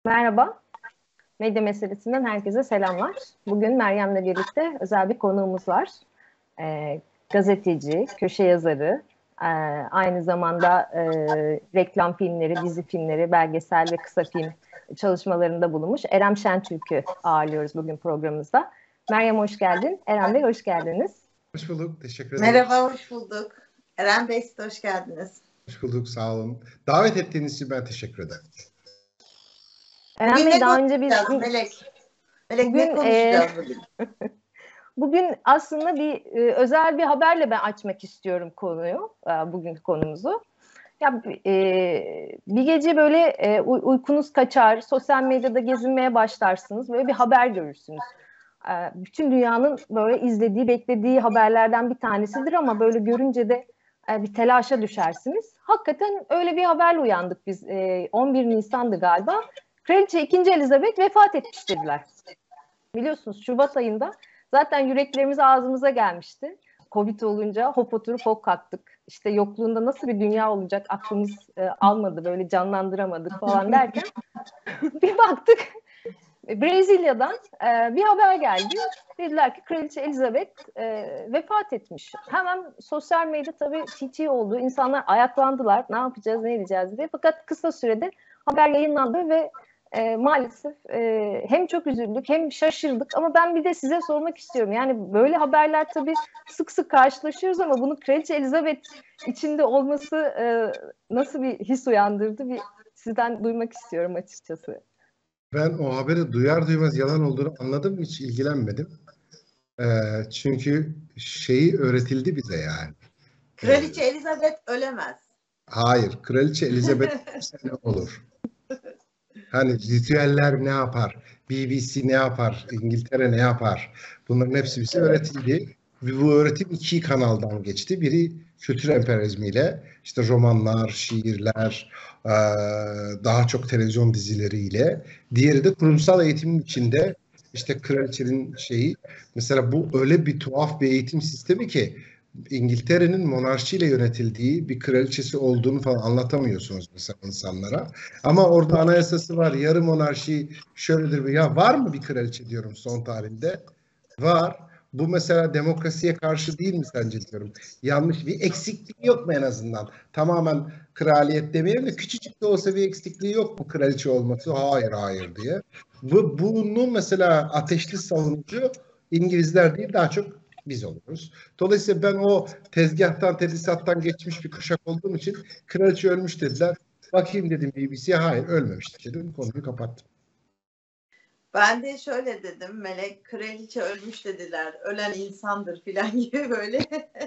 Merhaba, medya meselesinden herkese selamlar. Bugün Meryem'le birlikte özel bir konuğumuz var. Gazeteci, köşe yazarı, aynı zamanda reklam filmleri, dizi filmleri, belgesel ve kısa film çalışmalarında bulunmuş Erem Şentürk'ü ağırlıyoruz bugün programımızda. Meryem hoş geldin, Erem Bey hoş geldiniz. Hoş bulduk, teşekkür ederim. Merhaba, hoş bulduk. Eren Bey, siz de hoş geldiniz. Hoş bulduk, sağ olun. Davet ettiğiniz için ben teşekkür ederim. Erem Bugün Bey ne daha önce konuşacağız Melek? Melek bugün, ne konuşacağız bugün? Bugün aslında özel bir haberle ben açmak istiyorum konuyu, bugünkü konumuzu. Ya bir gece böyle uykunuz kaçar, sosyal medyada gezinmeye başlarsınız, böyle bir haber görürsünüz. Bütün dünyanın böyle izlediği, beklediği haberlerden bir tanesidir ama böyle görünce de bir telaşa düşersiniz. Hakikaten öyle bir haberle uyandık biz. 11 Nisan'dı galiba. Kraliçe 2. Elizabeth vefat etmiş dediler. Biliyorsunuz Şubat ayında zaten yüreklerimiz ağzımıza gelmişti. Covid olunca hop oturup hop kalktık. İşte yokluğunda nasıl bir dünya olacak aklımız almadı, böyle canlandıramadık falan derken bir baktık Brezilya'dan bir haber geldi. Dediler ki Kraliçe Elizabeth vefat etmiş. Hemen sosyal medya tabii TT oldu. İnsanlar ayaklandılar. Ne yapacağız, ne edeceğiz diye. Fakat kısa sürede haber yayınlandı ve maalesef hem çok üzüldük hem şaşırdık. Ama ben bir de size sormak istiyorum. Yani böyle haberler tabii sık sık karşılaşıyoruz ama bunu Kraliçe Elizabeth içinde olması nasıl bir his uyandırdı? Bir sizden duymak istiyorum açıkçası. Ben o haberi duyar duymaz yalan olduğunu anladım, hiç ilgilenmedim. Çünkü şeyi öğretildi bize yani. Kraliçe Elizabeth ölemez. Hayır, Kraliçe Elizabeth ne olur? Hani ritüeller ne yapar? BBC ne yapar? İngiltere ne yapar? Bunların hepsi bize öğretildi. Ve bu öğretim iki kanaldan geçti. Biri kültür emperyalizmiyle, işte romanlar, şiirler, daha çok televizyon dizileriyle. Diğeri de kurumsal eğitimin içinde işte kraliçenin şeyi. Mesela bu öyle bir tuhaf bir eğitim sistemi ki İngiltere'nin monarşiyle yönetildiği bir kraliçesi olduğunu falan anlatamıyorsunuz mesela insanlara. Ama orada anayasası var. Yarı monarşi şöyledir. Ya var mı bir kraliçe diyorum son tarihinde? Var. Bu mesela demokrasiye karşı değil mi sence diyorum. Yanlış bir eksikliği yok mu en azından? Tamamen kraliyet demeyelim de küçücük de olsa bir eksikliği yok mu kraliçe olması? Hayır hayır diye. Bunu mesela ateşli savunucu İngilizler değil daha çok biz oluruz. Dolayısıyla ben o tezgahtan, tedrisattan geçmiş bir kuşak olduğum için kraliçe ölmüş dediler. Bakayım dedim BBC'ye, hayır ölmemiş dedim. Konuyu kapattım. Ben de şöyle dedim, Melek kraliçe ölmüş dediler. Ölen insandır filan gibi böyle.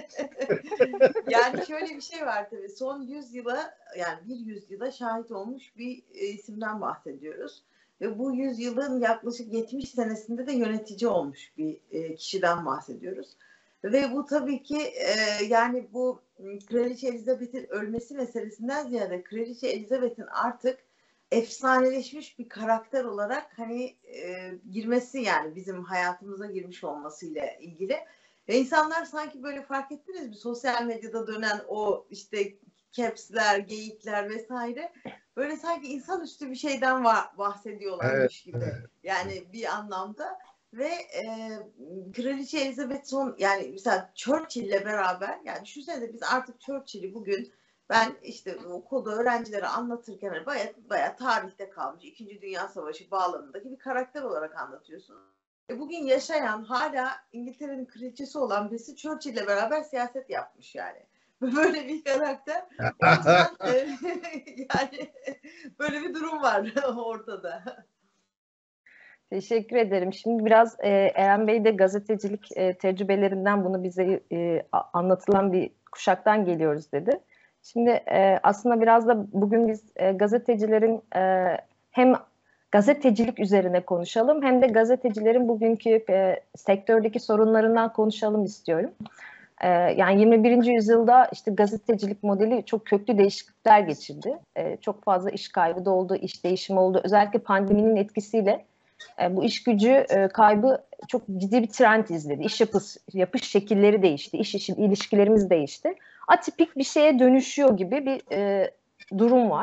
Yani şöyle bir şey var tabii. Son 100 yıla yani bir 100 yıla şahit olmuş bir isimden bahsediyoruz. Ve bu 100 yılın yaklaşık 70 senesinde de yönetici olmuş bir kişiden bahsediyoruz. Ve bu tabii ki yani bu Kraliçe Elizabeth'in ölmesi meselesinden ziyade Kraliçe Elizabeth'in artık efsaneleşmiş bir karakter olarak hani girmesi, yani bizim hayatımıza girmiş olmasıyla ilgili. Ve insanlar sanki böyle, fark ettiniz mi, sosyal medyada dönen o işte caps'ler, geyikler vesaire, böyle sanki insanüstü bir şeyden bahsediyorlarmış gibi. Yani bir anlamda. Ve Kraliçe Elizabeth son, yani mesela Churchill'le beraber, yani düşünsene biz artık Churchill'i bugün ben işte okulda öğrencilere anlatırken hani bayağı tarihte kalmış, 2. Dünya Savaşı bağlamındaki bir karakter olarak anlatıyorsunuz. Bugün yaşayan, hala İngiltere'nin kraliçesi olan birisi Churchill'le beraber siyaset yapmış yani. Böyle bir karakter. O yüzden yani böyle bir durum var ortada. Teşekkür ederim. Şimdi biraz Eren Bey de gazetecilik tecrübelerinden, bunu bize anlatılan bir kuşaktan geliyoruz dedi. Şimdi aslında biraz da bugün biz gazetecilerin hem gazetecilik üzerine konuşalım hem de gazetecilerin bugünkü sektördeki sorunlarından konuşalım istiyorum. Yani 21. yüzyılda işte gazetecilik modeli çok köklü değişiklikler geçirdi. Çok fazla iş kaybı da oldu, iş değişimi oldu. Özellikle pandeminin etkisiyle bu iş gücü kaybı çok ciddi bir trend izledi. İş yapış şekilleri değişti, iş ilişkilerimiz değişti. Atipik bir şeye dönüşüyor gibi bir durum var.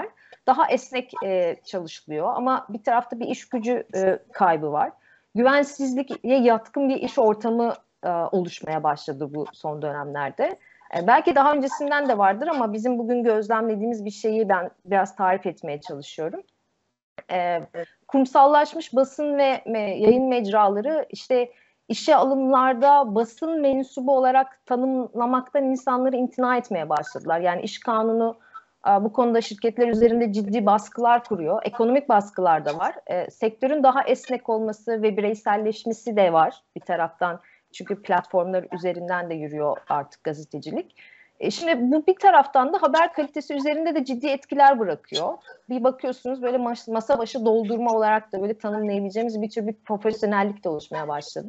daha esnek çalışılıyor ama bir tarafta bir iş gücü kaybı var. Güvensizliğe yatkın bir iş ortamı oluşmaya başladı bu son dönemlerde. Belki daha öncesinden de vardır ama bizim bugün gözlemlediğimiz bir şeyi ben biraz tarif etmeye çalışıyorum. Kurumsallaşmış basın ve yayın mecraları işte işe alımlarda basın mensubu olarak tanımlamaktan insanları imtina etmeye başladılar. Yani iş kanunu bu konuda şirketler üzerinde ciddi baskılar kuruyor. Ekonomik baskılar da var. Sektörün daha esnek olması ve bireyselleşmesi de var bir taraftan. Çünkü platformlar üzerinden de yürüyor artık gazetecilik. Şimdi bu bir taraftan da haber kalitesi üzerinde de ciddi etkiler bırakıyor. Bir bakıyorsunuz böyle masa başı doldurma olarak da böyle tanımlayabileceğimiz bir tür bir profesyonellik de oluşmaya başladı.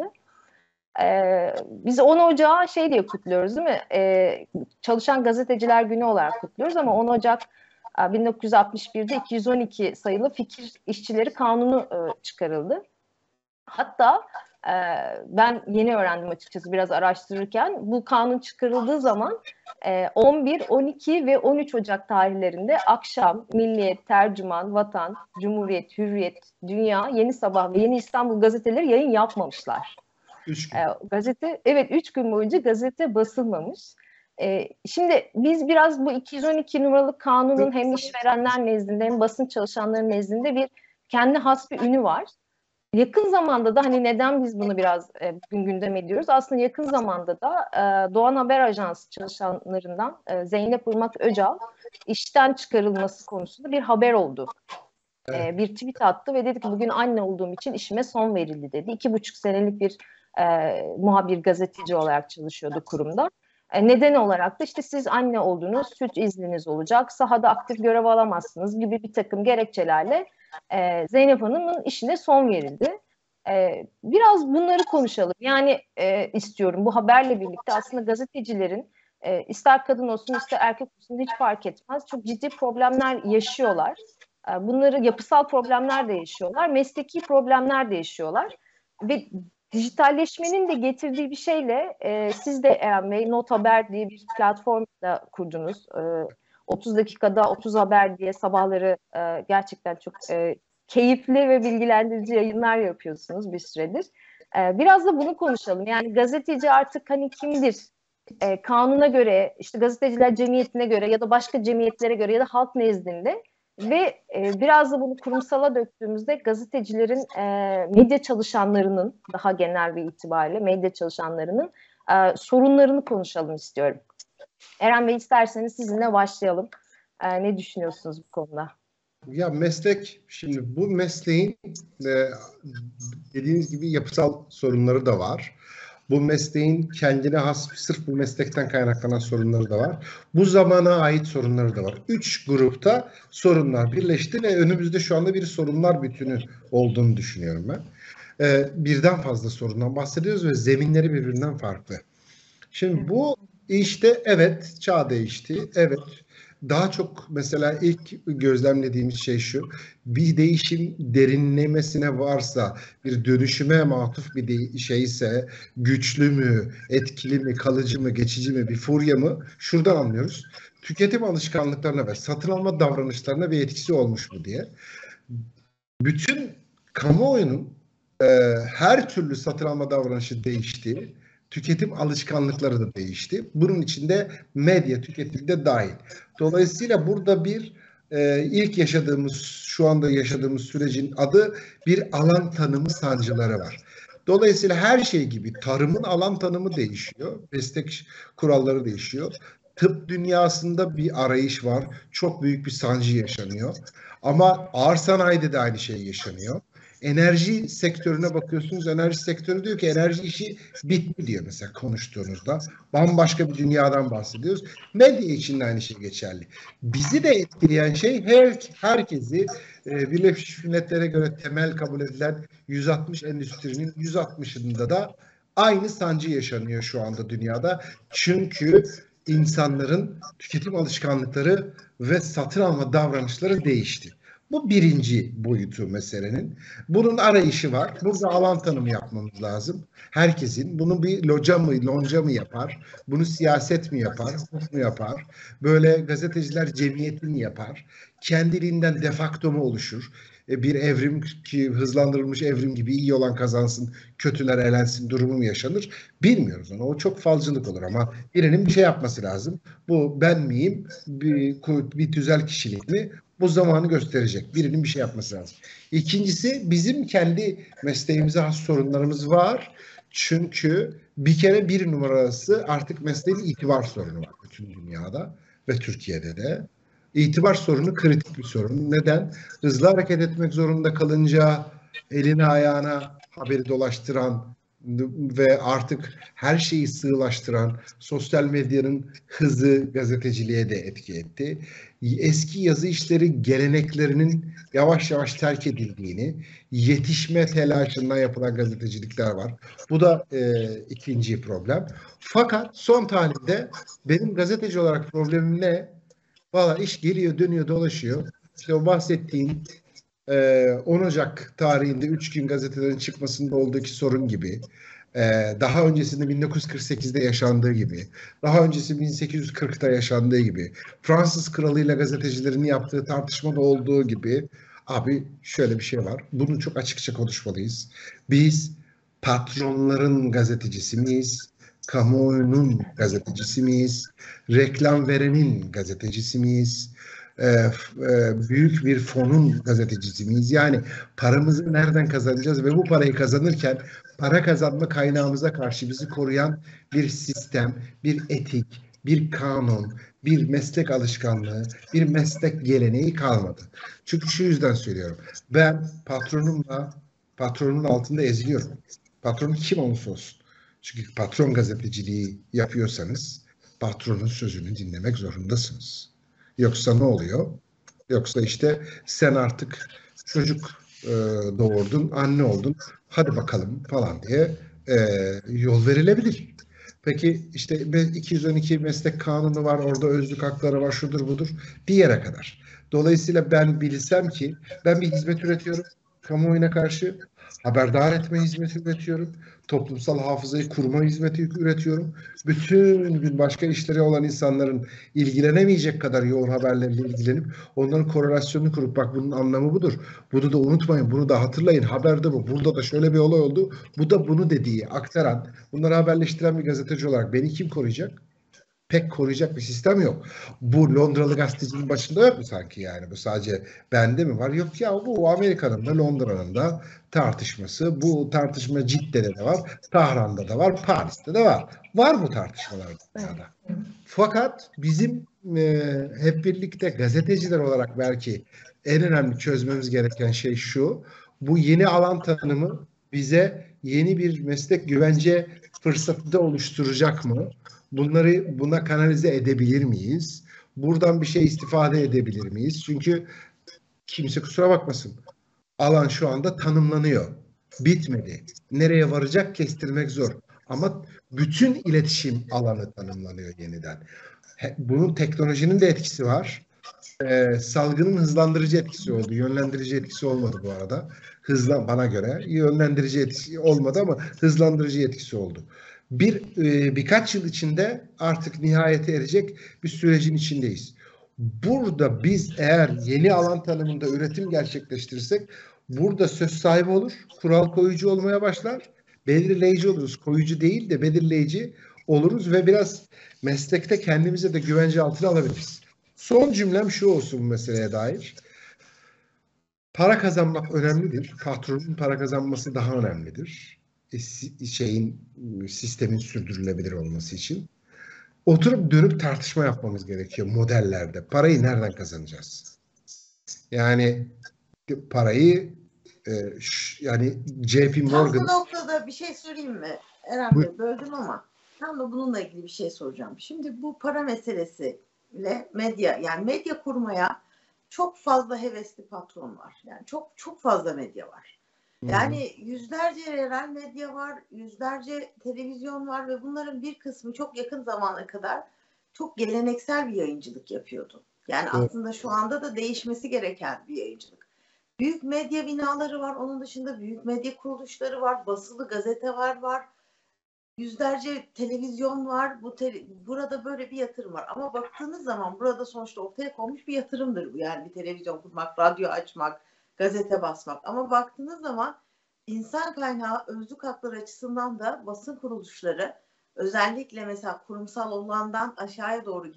Biz 10 Ocağı şey diye kutluyoruz değil mi? Çalışan Gazeteciler Günü olarak kutluyoruz ama 10 Ocak 1961'de 212 sayılı Fikir İşçileri Kanunu çıkarıldı. Hatta ben yeni öğrendim açıkçası biraz araştırırken. Bu kanun çıkarıldığı zaman 11, 12 ve 13 Ocak tarihlerinde Akşam, Milliyet, Tercüman, Vatan, Cumhuriyet, Hürriyet, Dünya, Yeni Sabah ve Yeni İstanbul gazeteleri yayın yapmamışlar. 3 gün. Gazete, evet 3 gün boyunca gazete basılmamış. Şimdi biz biraz bu 212 numaralı kanunun hem işverenler nezdinde hem basın çalışanları nezdinde bir kendi has bir ünü var. Yakın zamanda da hani neden biz bunu biraz bugün gündem ediyoruz? Aslında yakın zamanda da Doğan Haber Ajansı çalışanlarından Zeynep Irmak Öcal işten çıkarılması konusunda bir haber oldu. Evet. Bir tweet attı ve dedi ki bugün anne olduğum için işime son verildi dedi. 2,5 senelik bir muhabir gazeteci olarak çalışıyordu kurumda. Neden olarak da işte siz anne oldunuz, süt izniniz olacak, sahada aktif görev alamazsınız gibi bir takım gerekçelerle Zeynep Hanım'ın işine son verildi. Biraz bunları konuşalım. Yani istiyorum bu haberle birlikte aslında gazetecilerin ister kadın olsun ister erkek olsun hiç fark etmez. Çok ciddi problemler yaşıyorlar. Bunları yapısal problemler de yaşıyorlar, mesleki problemler de yaşıyorlar. Ve dijitalleşmenin de getirdiği bir şeyle siz de Eren Bey Not Haber diye bir platform da kurdunuz. 30 dakikada 30 haber diye sabahları gerçekten çok keyifli ve bilgilendirici yayınlar yapıyorsunuz bir süredir. Biraz da bunu konuşalım. Yani gazeteci artık hani kimdir? Kanuna göre, işte gazeteciler cemiyetine göre ya da başka cemiyetlere göre ya da halk nezdinde ve biraz da bunu kurumsala döktüğümüzde gazetecilerin, medya çalışanlarının daha genel bir itibariyle medya çalışanlarının sorunlarını konuşalım istiyorum. Eren Bey isterseniz sizinle başlayalım. Ne düşünüyorsunuz bu konuda? Ya meslek, şimdi bu mesleğin dediğiniz gibi yapısal sorunları da var. Bu mesleğin kendine has, sırf bu meslekten kaynaklanan sorunları da var. Bu zamana ait sorunları da var. 3 grupta sorunlar birleşti ve önümüzde şu anda bir sorunlar bütünü olduğunu düşünüyorum ben. Birden fazla sorundan bahsediyoruz ve zeminleri birbirinden farklı. Şimdi bu işte evet çağ değişti, evet. Daha çok mesela ilk gözlemlediğimiz şey şu, bir değişim derinlemesine varsa, bir dönüşüme matuf bir şeyse, güçlü mü, etkili mi, kalıcı mı, geçici mi, bir furya mı? Şuradan anlıyoruz. Tüketim alışkanlıklarına ve satın alma davranışlarına bir etkisi olmuş mu diye. Bütün kamuoyunun her türlü satın alma davranışı değişti. Tüketim alışkanlıkları da değişti. Bunun içinde medya tüketimi de dahil. Dolayısıyla burada bir ilk yaşadığımız, şu anda yaşadığımız sürecin adı bir alan tanımı sancıları var. Dolayısıyla her şey gibi tarımın alan tanımı değişiyor. Meslek kuralları değişiyor. Tıp dünyasında bir arayış var. Çok büyük bir sancı yaşanıyor. Ama ağır sanayide de aynı şey yaşanıyor. Enerji sektörüne bakıyorsunuz. Enerji sektörü diyor ki enerji işi bitti diyor mesela konuştuğunuzda. Bambaşka bir dünyadan bahsediyoruz. Medya için de aynı şey geçerli. Bizi de etkileyen şey herkesi Birleşmiş Milletler'e göre temel kabul edilen 160 endüstrinin 160'ında da aynı sancı yaşanıyor şu anda dünyada. Çünkü insanların tüketim alışkanlıkları ve satın alma davranışları değişti. Bu birinci boyutu meselenin. Bunun arayışı var. Burada alan tanımı yapmamız lazım. Herkesin. Bunu bir lonca mı yapar? Bunu siyaset mi yapar? Hukuk mu yapar? Böyle gazeteciler cemiyeti mi yapar? Kendiliğinden defakto mu oluşur? Bir evrim ki hızlandırılmış evrim gibi iyi olan kazansın, kötüler elensin durumu mu yaşanır? Bilmiyoruz onu. O çok falcılık olur ama birinin bir şey yapması lazım. Bu ben miyim? Bir tüzel kişilik mi? Bu zamanı gösterecek. Birinin bir şey yapması lazım. İkincisi bizim kendi mesleğimize has sorunlarımız var. Çünkü bir kere bir numarası artık mesleğin itibar sorunu var bütün dünyada ve Türkiye'de de. İtibar sorunu kritik bir sorun. Neden? Hızlı hareket etmek zorunda kalınca eline ayağına haberi dolaştıran ve artık her şeyi sığlaştıran sosyal medyanın hızı gazeteciliğe de etki etti. Eski yazı işleri geleneklerinin yavaş yavaş terk edildiğini, yetişme telaşından yapılan gazetecilikler var. Bu da ikinci problem. Fakat son tahlilde benim gazeteci olarak problemim ne? Valla iş geliyor, dönüyor, dolaşıyor. İşte o bahsettiğin 10 Ocak tarihinde 3 gün gazetelerin çıkmasında olduğu sorun gibi, daha öncesinde 1948'de yaşandığı gibi, daha öncesi 1840'da yaşandığı gibi, Fransız kralıyla gazetecilerin yaptığı tartışmada olduğu gibi, abi şöyle bir şey var. Bunu çok açıkça konuşmalıyız. Biz patronların gazetecisi miyiz? Kamuoyunun gazetecisi miyiz? Reklam verenin gazetecisi miyiz? Büyük bir fonun gazetecisi miyiz? Yani paramızı nereden kazanacağız ve bu parayı kazanırken para kazanma kaynağımıza karşı bizi koruyan bir sistem, bir etik, bir kanun, bir meslek alışkanlığı, bir meslek geleneği kalmadı. Çünkü şu yüzden söylüyorum. Ben patronun altında eziliyorum. Patron kim olursa olsun. Çünkü patron gazeteciliği yapıyorsanız patronun sözünü dinlemek zorundasınız. Yoksa ne oluyor? Yoksa işte sen artık çocuk doğurdun, anne oldun, hadi bakalım falan diye yol verilebilir. Peki işte 212 meslek kanunu var, orada özlük hakları var, şudur budur, bir yere kadar. Dolayısıyla ben bilsem ki ben bir hizmet üretiyorum, kamuoyuna karşı haberdar etme hizmeti üretiyorum, toplumsal hafızayı kurma hizmeti üretiyorum. Bütün gün başka işleri olan insanların ilgilenemeyecek kadar yoğun haberlerle ilgilenip onların korelasyonunu kurup bak bunun anlamı budur. Bunu da unutmayın, bunu da hatırlayın. Haberde bu. Burada da şöyle bir olay oldu. Bu da bunu dediği aktaran, bunları haberleştiren bir gazeteci olarak beni kim koruyacak? Pek koruyacak bir sistem yok. Bu Londralı gazetecinin başında yok mu sanki yani? Bu sadece bende mi var? Yok ya, bu Amerika'nın da Londra'nın da tartışması. Bu tartışma Cidde'de de var, Tahran'da da var, Paris'te de var. Var bu tartışmalar dünyada. Fakat bizim hep birlikte gazeteciler olarak belki en önemli çözmemiz gereken şey şu. Bu yeni alan tanımı bize yeni bir meslek güvence fırsatı da oluşturacak mı? Bunları buna kanalize edebilir miyiz? Buradan bir şey istifade edebilir miyiz? Çünkü kimse kusura bakmasın. Alan şu anda tanımlanıyor. Bitmedi. Nereye varacak kestirmek zor. Ama bütün iletişim alanı tanımlanıyor yeniden. Bunun teknolojinin de etkisi var. Salgının hızlandırıcı etkisi oldu. Yönlendirici etkisi olmadı bu arada. Bana göre yönlendirici etkisi olmadı ama hızlandırıcı etkisi oldu. Birkaç yıl içinde artık nihayete erecek bir sürecin içindeyiz. Burada biz eğer yeni alan tanımında üretim gerçekleştirirsek burada söz sahibi olur, kural koyucu olmaya başlar, belirleyici oluruz. Koyucu değil de belirleyici oluruz ve biraz meslekte kendimize de güvence altına alabiliriz. Son cümlem şu olsun bu meseleye dair. Para kazanmak önemlidir. Patronun para kazanması daha önemlidir. Sistemin sürdürülebilir olması için. Oturup dönüp tartışma yapmamız gerekiyor modellerde. Parayı nereden kazanacağız? Yani parayı yani JP Morgan... Tam bu noktada bir şey sorayım mı? Eren Bey, böldüm ama tam da bununla ilgili bir şey soracağım. Şimdi bu para meselesiyle medya kurmaya çok fazla hevesli patron var. Yani çok fazla medya var. Yani yüzlerce yerel medya var, yüzlerce televizyon var ve bunların bir kısmı çok yakın zamana kadar çok geleneksel bir yayıncılık yapıyordu. Yani aslında şu anda da değişmesi gereken bir yayıncılık. Büyük medya binaları var. Onun dışında büyük medya kuruluşları var. Basılı gazeteler var. Yüzlerce televizyon var. Burada böyle bir yatırım var. Ama baktığınız zaman burada sonuçta ortaya konmuş bir yatırımdır bu. Yani bir televizyon kurmak, radyo açmak, gazete basmak. Ama baktığınız zaman insan kaynağı özlük hakları açısından da basın kuruluşları özellikle mesela kurumsal olandan aşağıya doğru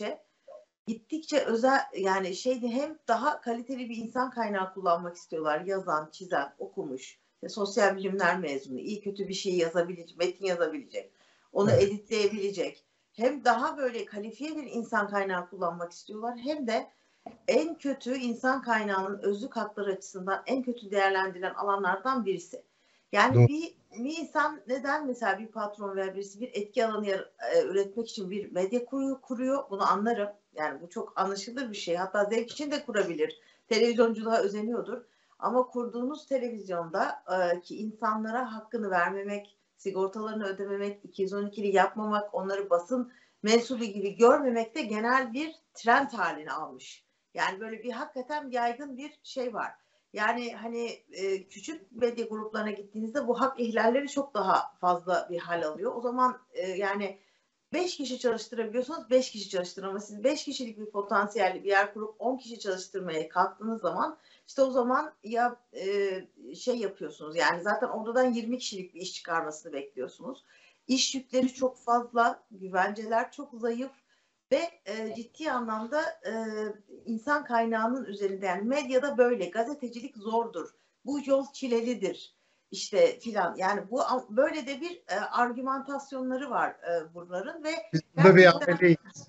gittikçe özel yani hem daha kaliteli bir insan kaynağı kullanmak istiyorlar. Yazan, çizen, okumuş, sosyal bilimler mezunu, iyi kötü bir şey yazabilecek, metin yazabilecek, onu editleyebilecek. Hem daha böyle kalifiye bir insan kaynağı kullanmak istiyorlar hem de en kötü insan kaynağının özlük hakları açısından en kötü değerlendirilen alanlardan birisi. Yani bir insan neden mesela bir patron veya birisi bir etki alanı üretmek için bir medya kuruyor bunu anlarım. Yani bu çok anlaşılır bir şey. Hatta zevk için de kurabilir. Televizyonculuğa özeniyordur. Ama kurduğunuz televizyonda ki insanlara hakkını vermemek, sigortalarını ödememek, 212'li yapmamak, onları basın mensubu gibi görmemek de genel bir trend halini almış. Yani böyle bir hakikaten yaygın bir şey var. Yani hani küçük medya gruplarına gittiğinizde bu hak ihlalleri çok daha fazla bir hal alıyor. O zaman yani 5 kişi çalıştırabiliyorsanız 5 kişi çalıştırın ama siz 5 kişilik bir potansiyelli bir yer kurup 10 kişi çalıştırmaya kalktığınız zaman işte o zaman ya yapıyorsunuz yani zaten oradan 20 kişilik bir iş çıkarmasını bekliyorsunuz. İş yükleri çok fazla, güvenceler çok zayıf ve ciddi anlamda insan kaynağının üzerinde yani medyada böyle gazetecilik zordur. Bu yol çilelidir işte filan yani bu böyle de bir argümantasyonları var bunların ve Burada bir ameleyiz.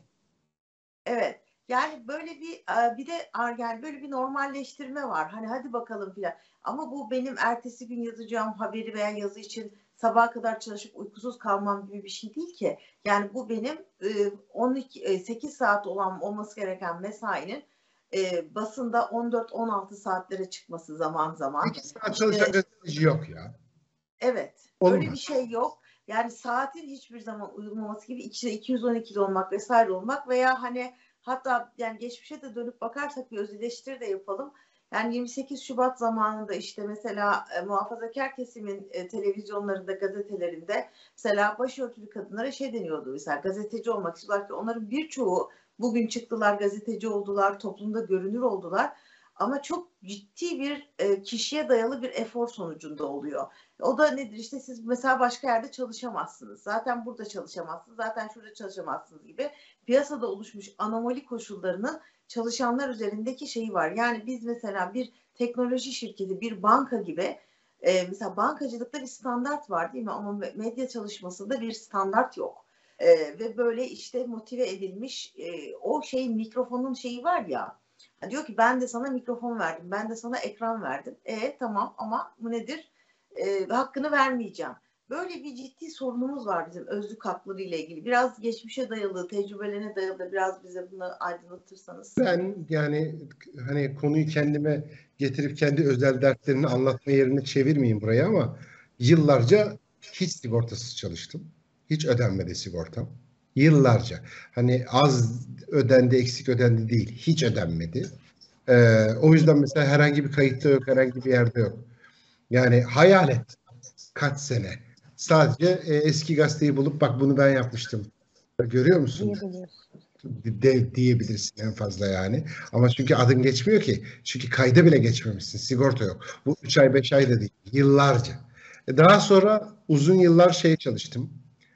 evet yani böyle bir de yani böyle bir normalleştirme var hani hadi bakalım filan ama bu benim ertesi gün yazacağım haberi veya yazı için sabaha kadar çalışıp uykusuz kalmam gibi bir şey değil ki yani bu benim 8 saat olması gereken mesainin basında 14-16 saatlere çıkması zaman zaman. 8 saat çalışan gazeteci yok ya. Evet. Olmaz. Öyle bir şey yok. Yani saatin hiçbir zaman uyulmaması gibi içinde 212'li olmak vesaire olmak veya hani hatta yani geçmişe de dönüp bakarsak bir öz eleştiri de yapalım. Yani 28 Şubat zamanında işte mesela muhafazakar kesimin televizyonlarında, gazetelerinde mesela başörtülü kadınlara deniyordu mesela gazeteci olmak istiyorlar ki onların birçoğu bugün çıktılar gazeteci oldular, toplumda görünür oldular. Ama çok ciddi bir kişiye dayalı bir efor sonucunda oluyor. O da nedir işte siz mesela başka yerde çalışamazsınız. Zaten burada çalışamazsınız. Zaten şurada çalışamazsınız gibi piyasada oluşmuş anomali koşullarının çalışanlar üzerindeki şeyi var. Yani biz mesela bir teknoloji şirketi, bir banka gibi mesela bankacılıkta bir standart var değil mi? Ama medya çalışmasında bir standart yok. Ve böyle işte motive edilmiş o mikrofonun şeyi var ya. Diyor ki ben de sana mikrofon verdim. Ben de sana ekran verdim. Tamam ama bu nedir? Hakkını vermeyeceğim. Böyle bir ciddi sorunumuz var bizim özlük hakları ile ilgili. Biraz geçmişe dayalı, tecrübelerine dayalı biraz bize bunu aydınlatırsanız. Ben yani hani konuyu kendime getirip kendi özel dertlerini anlatma yerine çevirmeyeyim buraya ama yıllarca hiç sigortasız çalıştım. Hiç ödenmedi sigortam. Yıllarca. Hani az ödendi, eksik ödendi değil. Hiç ödenmedi. O yüzden mesela herhangi bir kayıtta yok, herhangi bir yerde yok. Yani hayal et. Kaç sene. Sadece eski gazeteyi bulup bak bunu ben yapmıştım. Görüyor musun? Diyebilirsin en fazla yani. Ama çünkü adın geçmiyor ki. Çünkü kayda bile geçmemişsin. Sigorta yok. Bu 3 ay 5 ay da değil. Yıllarca. Daha sonra uzun yıllar çalıştım.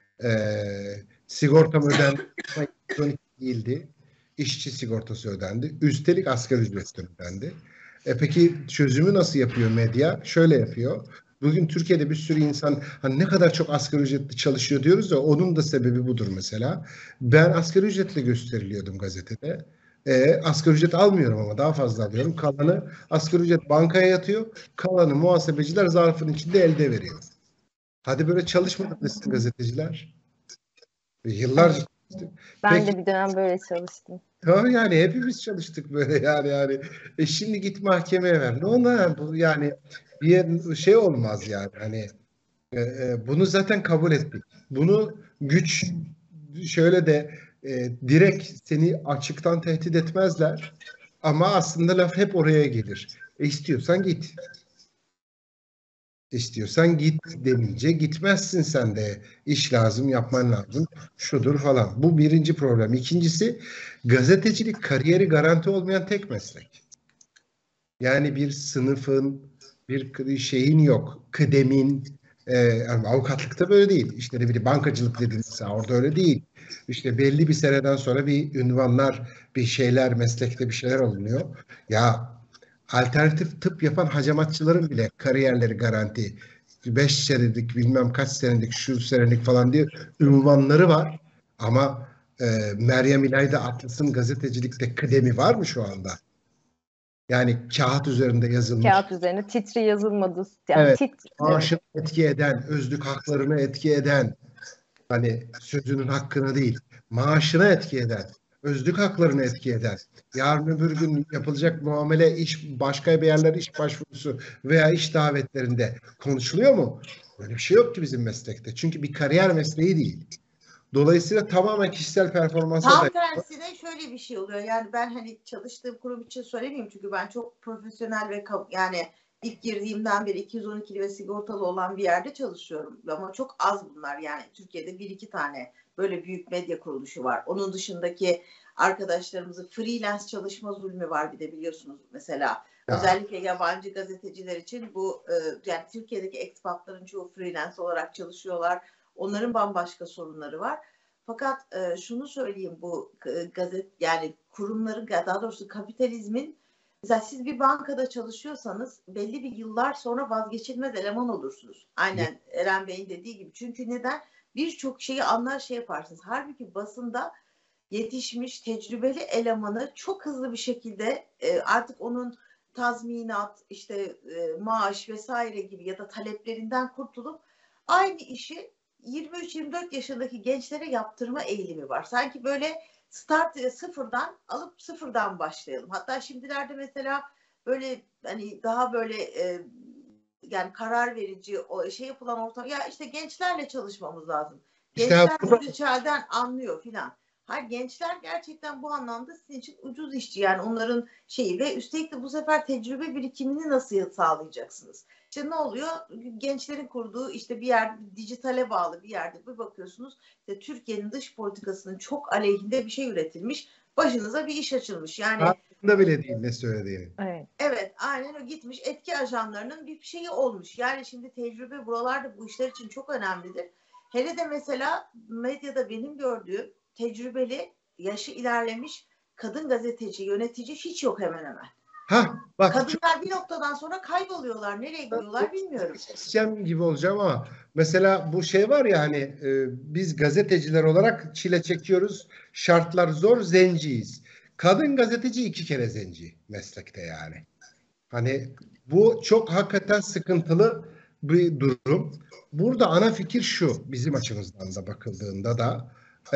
Sigortam ödendi. 12 değildi. İşçi sigortası ödendi. Üstelik asgari ücretten ödendi. Peki çözümü nasıl yapıyor medya? Şöyle yapıyor. Bugün Türkiye'de bir sürü insan hani ne kadar çok asgari ücretli çalışıyor diyoruz ya onun da sebebi budur mesela. Ben asgari ücretle gösteriliyordum gazetede. Asgari ücret almıyorum ama daha fazla alıyorum. Kalanı asgari ücret bankaya yatıyor. Kalanı muhasebeciler zarfın içinde elde veriyor. Hadi böyle çalışmadık mısın gazeteciler? Yıllarca çalıştık. Ben de bir dönem böyle çalıştım. Yani hepimiz çalıştık böyle yani. Şimdi git mahkemeye ver. Ne ona bu yani bir şey olmaz yani hani bunu zaten kabul ettik. Bunu güç şöyle de direkt seni açıktan tehdit etmezler. Ama aslında laf hep oraya gelir. İstiyorsan git. İstiyorsan git denince gitmezsin sen de. İş lazım, yapman lazım. Şudur falan. Bu birinci problem. İkincisi, gazetecilik kariyeri garanti olmayan tek meslek. Yani bir sınıfın, bir şeyin yok. Kıdemin, yani avukatlıkta böyle değil. İşte ne bileyim bankacılık dediğiniz orada öyle değil. İşte belli bir seneden sonra bir ünvanlar, bir şeyler, meslekte bir şeyler alınıyor. Ya alternatif tıp yapan hacamatçıların bile kariyerleri garanti. 5 senelik bilmem kaç senelik şu senelik falan diye ünvanları var. Ama Meryem İlayda Atlas'ın gazetecilikte kıdemi var mı şu anda? Yani kağıt üzerinde yazılmış. Kağıt üzerine titri yazılmadı. Yani Evet. evet. Maaşını etki eden, özlük haklarını etki eden, hani sözünün hakkını değil, maaşına etki eden, özlük haklarını etki eden, yarın öbür gün yapılacak muamele iş, başka bir yerler iş başvurusu veya iş davetlerinde konuşuluyor mu? Böyle bir şey yok ki bizim meslekte. Çünkü bir kariyer mesleği değil. Dolayısıyla tamamen kişisel performansa Tam dayalı. tersine şöyle bir şey oluyor. Yani ben hani çalıştığım kurum için söylemeyeyim çünkü ben çok profesyonel ve yani ilk girdiğimden beri 212'li ve sigortalı olan bir yerde çalışıyorum. Ama çok az bunlar, yani Türkiye'de bir iki tane böyle büyük medya kuruluşu var. Onun dışındaki arkadaşlarımızın freelance çalışma zulmü var bir de, biliyorsunuz mesela. Ya. Özellikle yabancı gazeteciler için bu yani Türkiye'deki ekspatların çoğu freelance olarak çalışıyorlar. Onların bambaşka sorunları var. Fakat şunu söyleyeyim, bu gazet yani kurumların, daha doğrusu kapitalizmin, mesela siz bir bankada çalışıyorsanız belli bir yıllar sonra vazgeçilmez eleman olursunuz. Aynen Eren Bey'in dediği gibi. Çünkü neden? Birçok şeyi anlar, şey yaparsınız. Halbuki basında yetişmiş tecrübeli elemanı çok hızlı bir şekilde artık onun tazminat, işte maaş vesaire gibi ya da taleplerinden kurtulup aynı işi 23-24 yaşındaki gençlere yaptırma eğilimi var. Sanki böyle sıfırdan alıp sıfırdan başlayalım. Hatta şimdilerde mesela böyle hani daha böyle yani karar verici o şey yapılan ortam, ya işte gençlerle çalışmamız lazım. İşte Gençler bu ritüelden anlıyor filan. Hayır, gençler gerçekten bu anlamda sizin için ucuz işçi, yani onların şeyi, ve üstelik de bu sefer tecrübe birikimini nasıl sağlayacaksınız? İşte ne oluyor? Gençlerin kurduğu işte bir yer, dijitale bağlı bir yerde bir bakıyorsunuz, işte Türkiye'nin dış politikasının çok aleyhinde bir şey üretilmiş. Başınıza bir iş açılmış. Yani farkında bile değil ne söylediğini. Evet. evet, aynen o, gitmiş etki ajanlarının bir şeyi olmuş. Yani şimdi tecrübe buralarda bu işler için çok önemlidir. Hele de mesela medyada benim gördüğüm tecrübeli, yaşı ilerlemiş kadın gazeteci, yönetici hiç yok hemen hemen. Bak, kadınlar bir noktadan sonra kayboluyorlar. Nereye gidiyorlar bilmiyorum. Sistem gibi olacağım ama mesela bu şey var ya hani biz gazeteciler olarak çile çekiyoruz. Şartlar zor, zenciyiz. Kadın gazeteci 2 kere zenci meslekte yani. Hani bu çok hakikaten sıkıntılı bir durum. Burada ana fikir şu, bizim açımızdan da bakıldığında da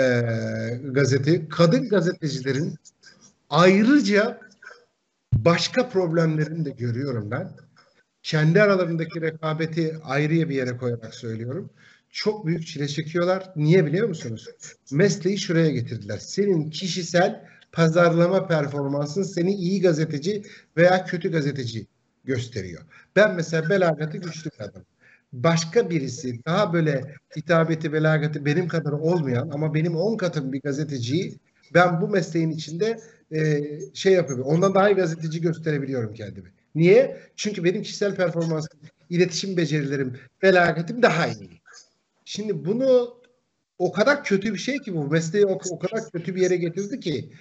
kadın gazetecilerin ayrıca başka problemlerini de görüyorum ben. Kendi aralarındaki rekabeti ayrıya bir yere koyarak söylüyorum. Çok büyük çile çekiyorlar. Niye biliyor musunuz? Mesleği şuraya getirdiler. Senin kişisel pazarlama performansın seni iyi gazeteci veya kötü gazeteci gösteriyor. Ben mesela belagatı güçlü bir adamım. Başka birisi daha böyle hitabeti, belagatı benim kadar olmayan ama benim 10 katım bir gazeteciyi ben bu mesleğin içinde şey yapıyorum. Ondan daha iyi gazeteci gösterebiliyorum kendimi. Niye? Çünkü benim kişisel performansım, iletişim becerilerim, felakatim daha iyi. Şimdi bunu o kadar kötü bir şey ki bu mesleği o kadar kötü bir yere getirdi ki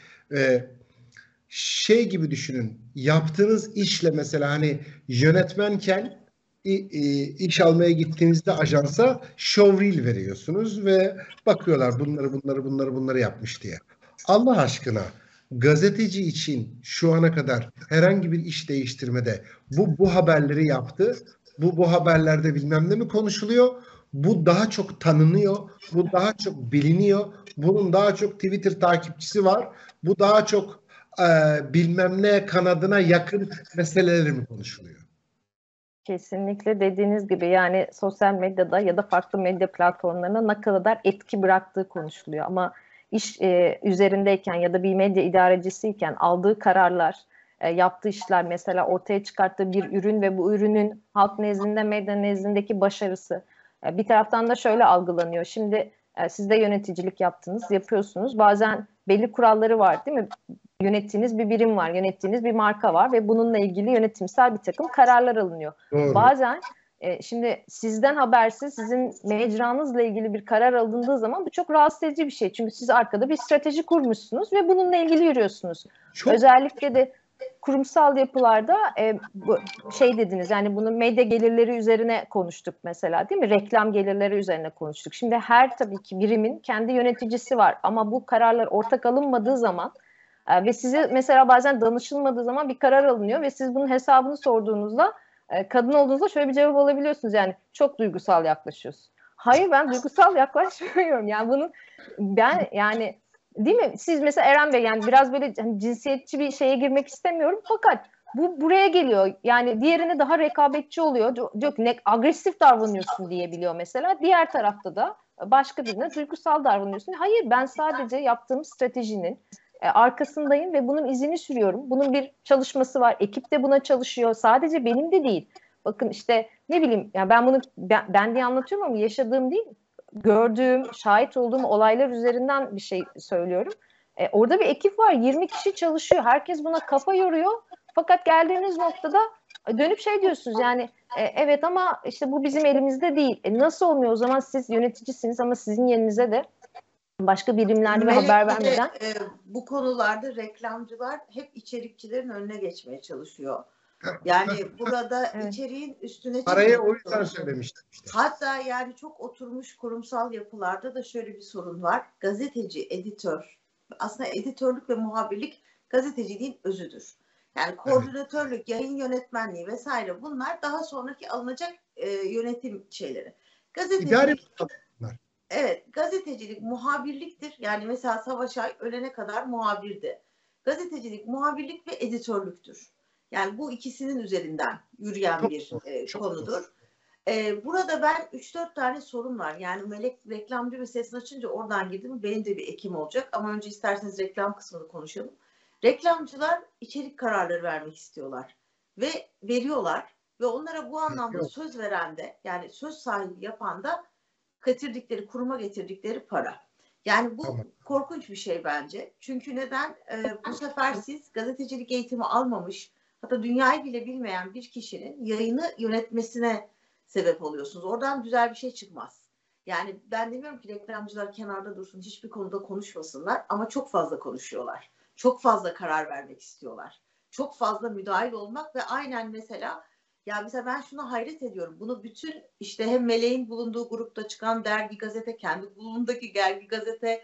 şey gibi düşünün. Yaptığınız işle mesela hani yönetmenken iş almaya gittiğinizde ajansa showreel veriyorsunuz ve bakıyorlar bunları yapmış diye. Allah aşkına gazeteci için şu ana kadar herhangi bir iş değiştirmede bu haberleri yaptı. Bu haberlerde bilmem ne mi konuşuluyor? Bu daha çok tanınıyor. Bu daha çok biliniyor. Bunun daha çok Twitter takipçisi var. Bu daha çok bilmem ne kanadına yakın meseleleri mi konuşuluyor? Kesinlikle dediğiniz gibi, yani sosyal medyada ya da farklı medya platformlarına ne kadar etki bıraktığı konuşuluyor. Ama iş üzerindeyken ya da bir medya idarecisiyken aldığı kararlar, yaptığı işler, mesela ortaya çıkarttığı bir ürün ve bu ürünün halk nezdinde, medya nezdindeki başarısı. Bir taraftan da şöyle algılanıyor. Şimdi siz de yöneticilik yapıyorsunuz. Bazen belli kuralları var, değil mi? Yönettiğiniz bir birim var, yönettiğiniz bir marka var ve bununla ilgili yönetimsel bir takım kararlar alınıyor. Doğru. Bazen şimdi sizden habersiz sizin mecranızla ilgili bir karar alındığı zaman bu çok rahatsız edici bir şey. Çünkü siz arkada bir strateji kurmuşsunuz ve bununla ilgili yürüyorsunuz. Çok Özellikle de kurumsal yapılarda bu şey dediniz, yani bunu medya gelirleri üzerine konuştuk mesela, değil mi? Reklam gelirleri üzerine konuştuk. Şimdi her tabii ki birimin kendi yöneticisi var ama bu kararlar ortak alınmadığı zaman ve size mesela bazen danışılmadığı zaman bir karar alınıyor ve siz bunun hesabını sorduğunuzda kadın olduğunuzda şöyle bir cevap alabiliyorsunuz, yani çok duygusal yaklaşıyorsun. Hayır, ben duygusal yaklaşmıyorum. Yani bunun yani değil mi? Siz mesela Eren Bey, yani biraz böyle hani cinsiyetçi bir şeye girmek istemiyorum fakat bu buraya geliyor. Yani diğerine daha rekabetçi oluyor. Diyor ki ne agresif davranıyorsun diyebiliyor mesela. Diğer tarafta da başka birine duygusal davranıyorsun. Hayır, ben sadece yaptığım stratejinin arkasındayım ve bunun izini sürüyorum. Bunun bir çalışması var. Ekip de buna çalışıyor. Sadece benim de değil. Bakın işte ne bileyim, yani ben bunu ben diye anlatıyorum ama yaşadığım değil, gördüğüm, şahit olduğum olaylar üzerinden bir şey söylüyorum. Orada bir ekip var. 20 kişi çalışıyor. Herkes buna kafa yoruyor. Fakat geldiğiniz noktada dönüp şey diyorsunuz, yani evet ama işte bu bizim elimizde değil. Nasıl olmuyor o zaman? Siz yöneticisiniz ama sizin yerinize de başka birimlerde ve haber vermeden. Bu konularda reklamcılar hep içerikçilerin önüne geçmeye çalışıyor. Yani burada Evet. içeriğin üstüne parayı o yüzden söylemiştim işte. Hatta yani çok oturmuş kurumsal yapılarda da şöyle bir sorun var. Gazeteci, editör, aslında editörlük ve muhabirlik gazeteciliğin özüdür. Yani koordinatörlük, yayın yönetmenliği vesaire, bunlar daha sonraki alınacak yönetim şeyleri. Gazetecilik, evet, gazetecilik muhabirliktir. Yani mesela Savaş Ay ölene kadar muhabirdi. Gazetecilik muhabirlik ve editörlüktür. Yani bu ikisinin üzerinden yürüyen bir konudur. Burada ben 3-4 tane sorun var. Yani Melek reklamcı meselesini açınca oradan girdim. Benim de bir ekim olacak. Ama önce isterseniz reklam kısmını konuşalım. Reklamcılar içerik kararları vermek istiyorlar. Ve veriyorlar. Ve onlara bu anlamda söz veren de, yani söz sahibi yapan da kuruma getirdikleri para. Yani bu korkunç bir şey bence. Çünkü neden? Bu sefer siz gazetecilik eğitimi almamış, hatta dünyayı bile bilmeyen bir kişinin yayını yönetmesine sebep oluyorsunuz. Oradan güzel bir şey çıkmaz. Yani ben demiyorum ki reklamcılar kenarda dursun, hiçbir konuda konuşmasınlar, ama çok fazla konuşuyorlar. Çok fazla karar vermek istiyorlar. Çok fazla müdahil olmak ve aynen mesela ben şuna hayret ediyorum. Bunu bütün işte hem Meleğin bulunduğu grupta çıkan dergi, gazete, kendi bulunduğundaki dergi, gazete,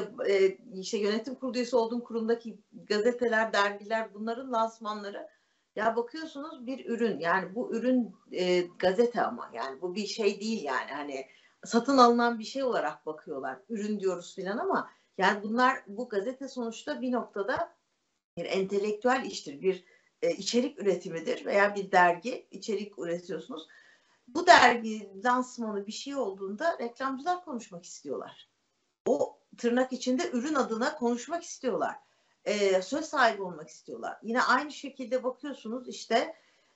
işte yönetim kurulu üyesi olduğum kurumdaki gazeteler, dergiler, bunların lansmanları. Ya bakıyorsunuz bir ürün, yani bu ürün gazete, ama yani bu bir şey değil, yani hani satın alınan bir şey olarak bakıyorlar. Ürün diyoruz filan ama yani bu gazete sonuçta bir noktada bir entelektüel iştir, bir içerik üretimidir veya bir dergi, içerik üretiyorsunuz. Bu dergi lansmanı bir şey olduğunda reklamcılar konuşmak istiyorlar. O tırnak içinde ürün adına konuşmak istiyorlar. Söz sahibi olmak istiyorlar. Yine aynı şekilde bakıyorsunuz işte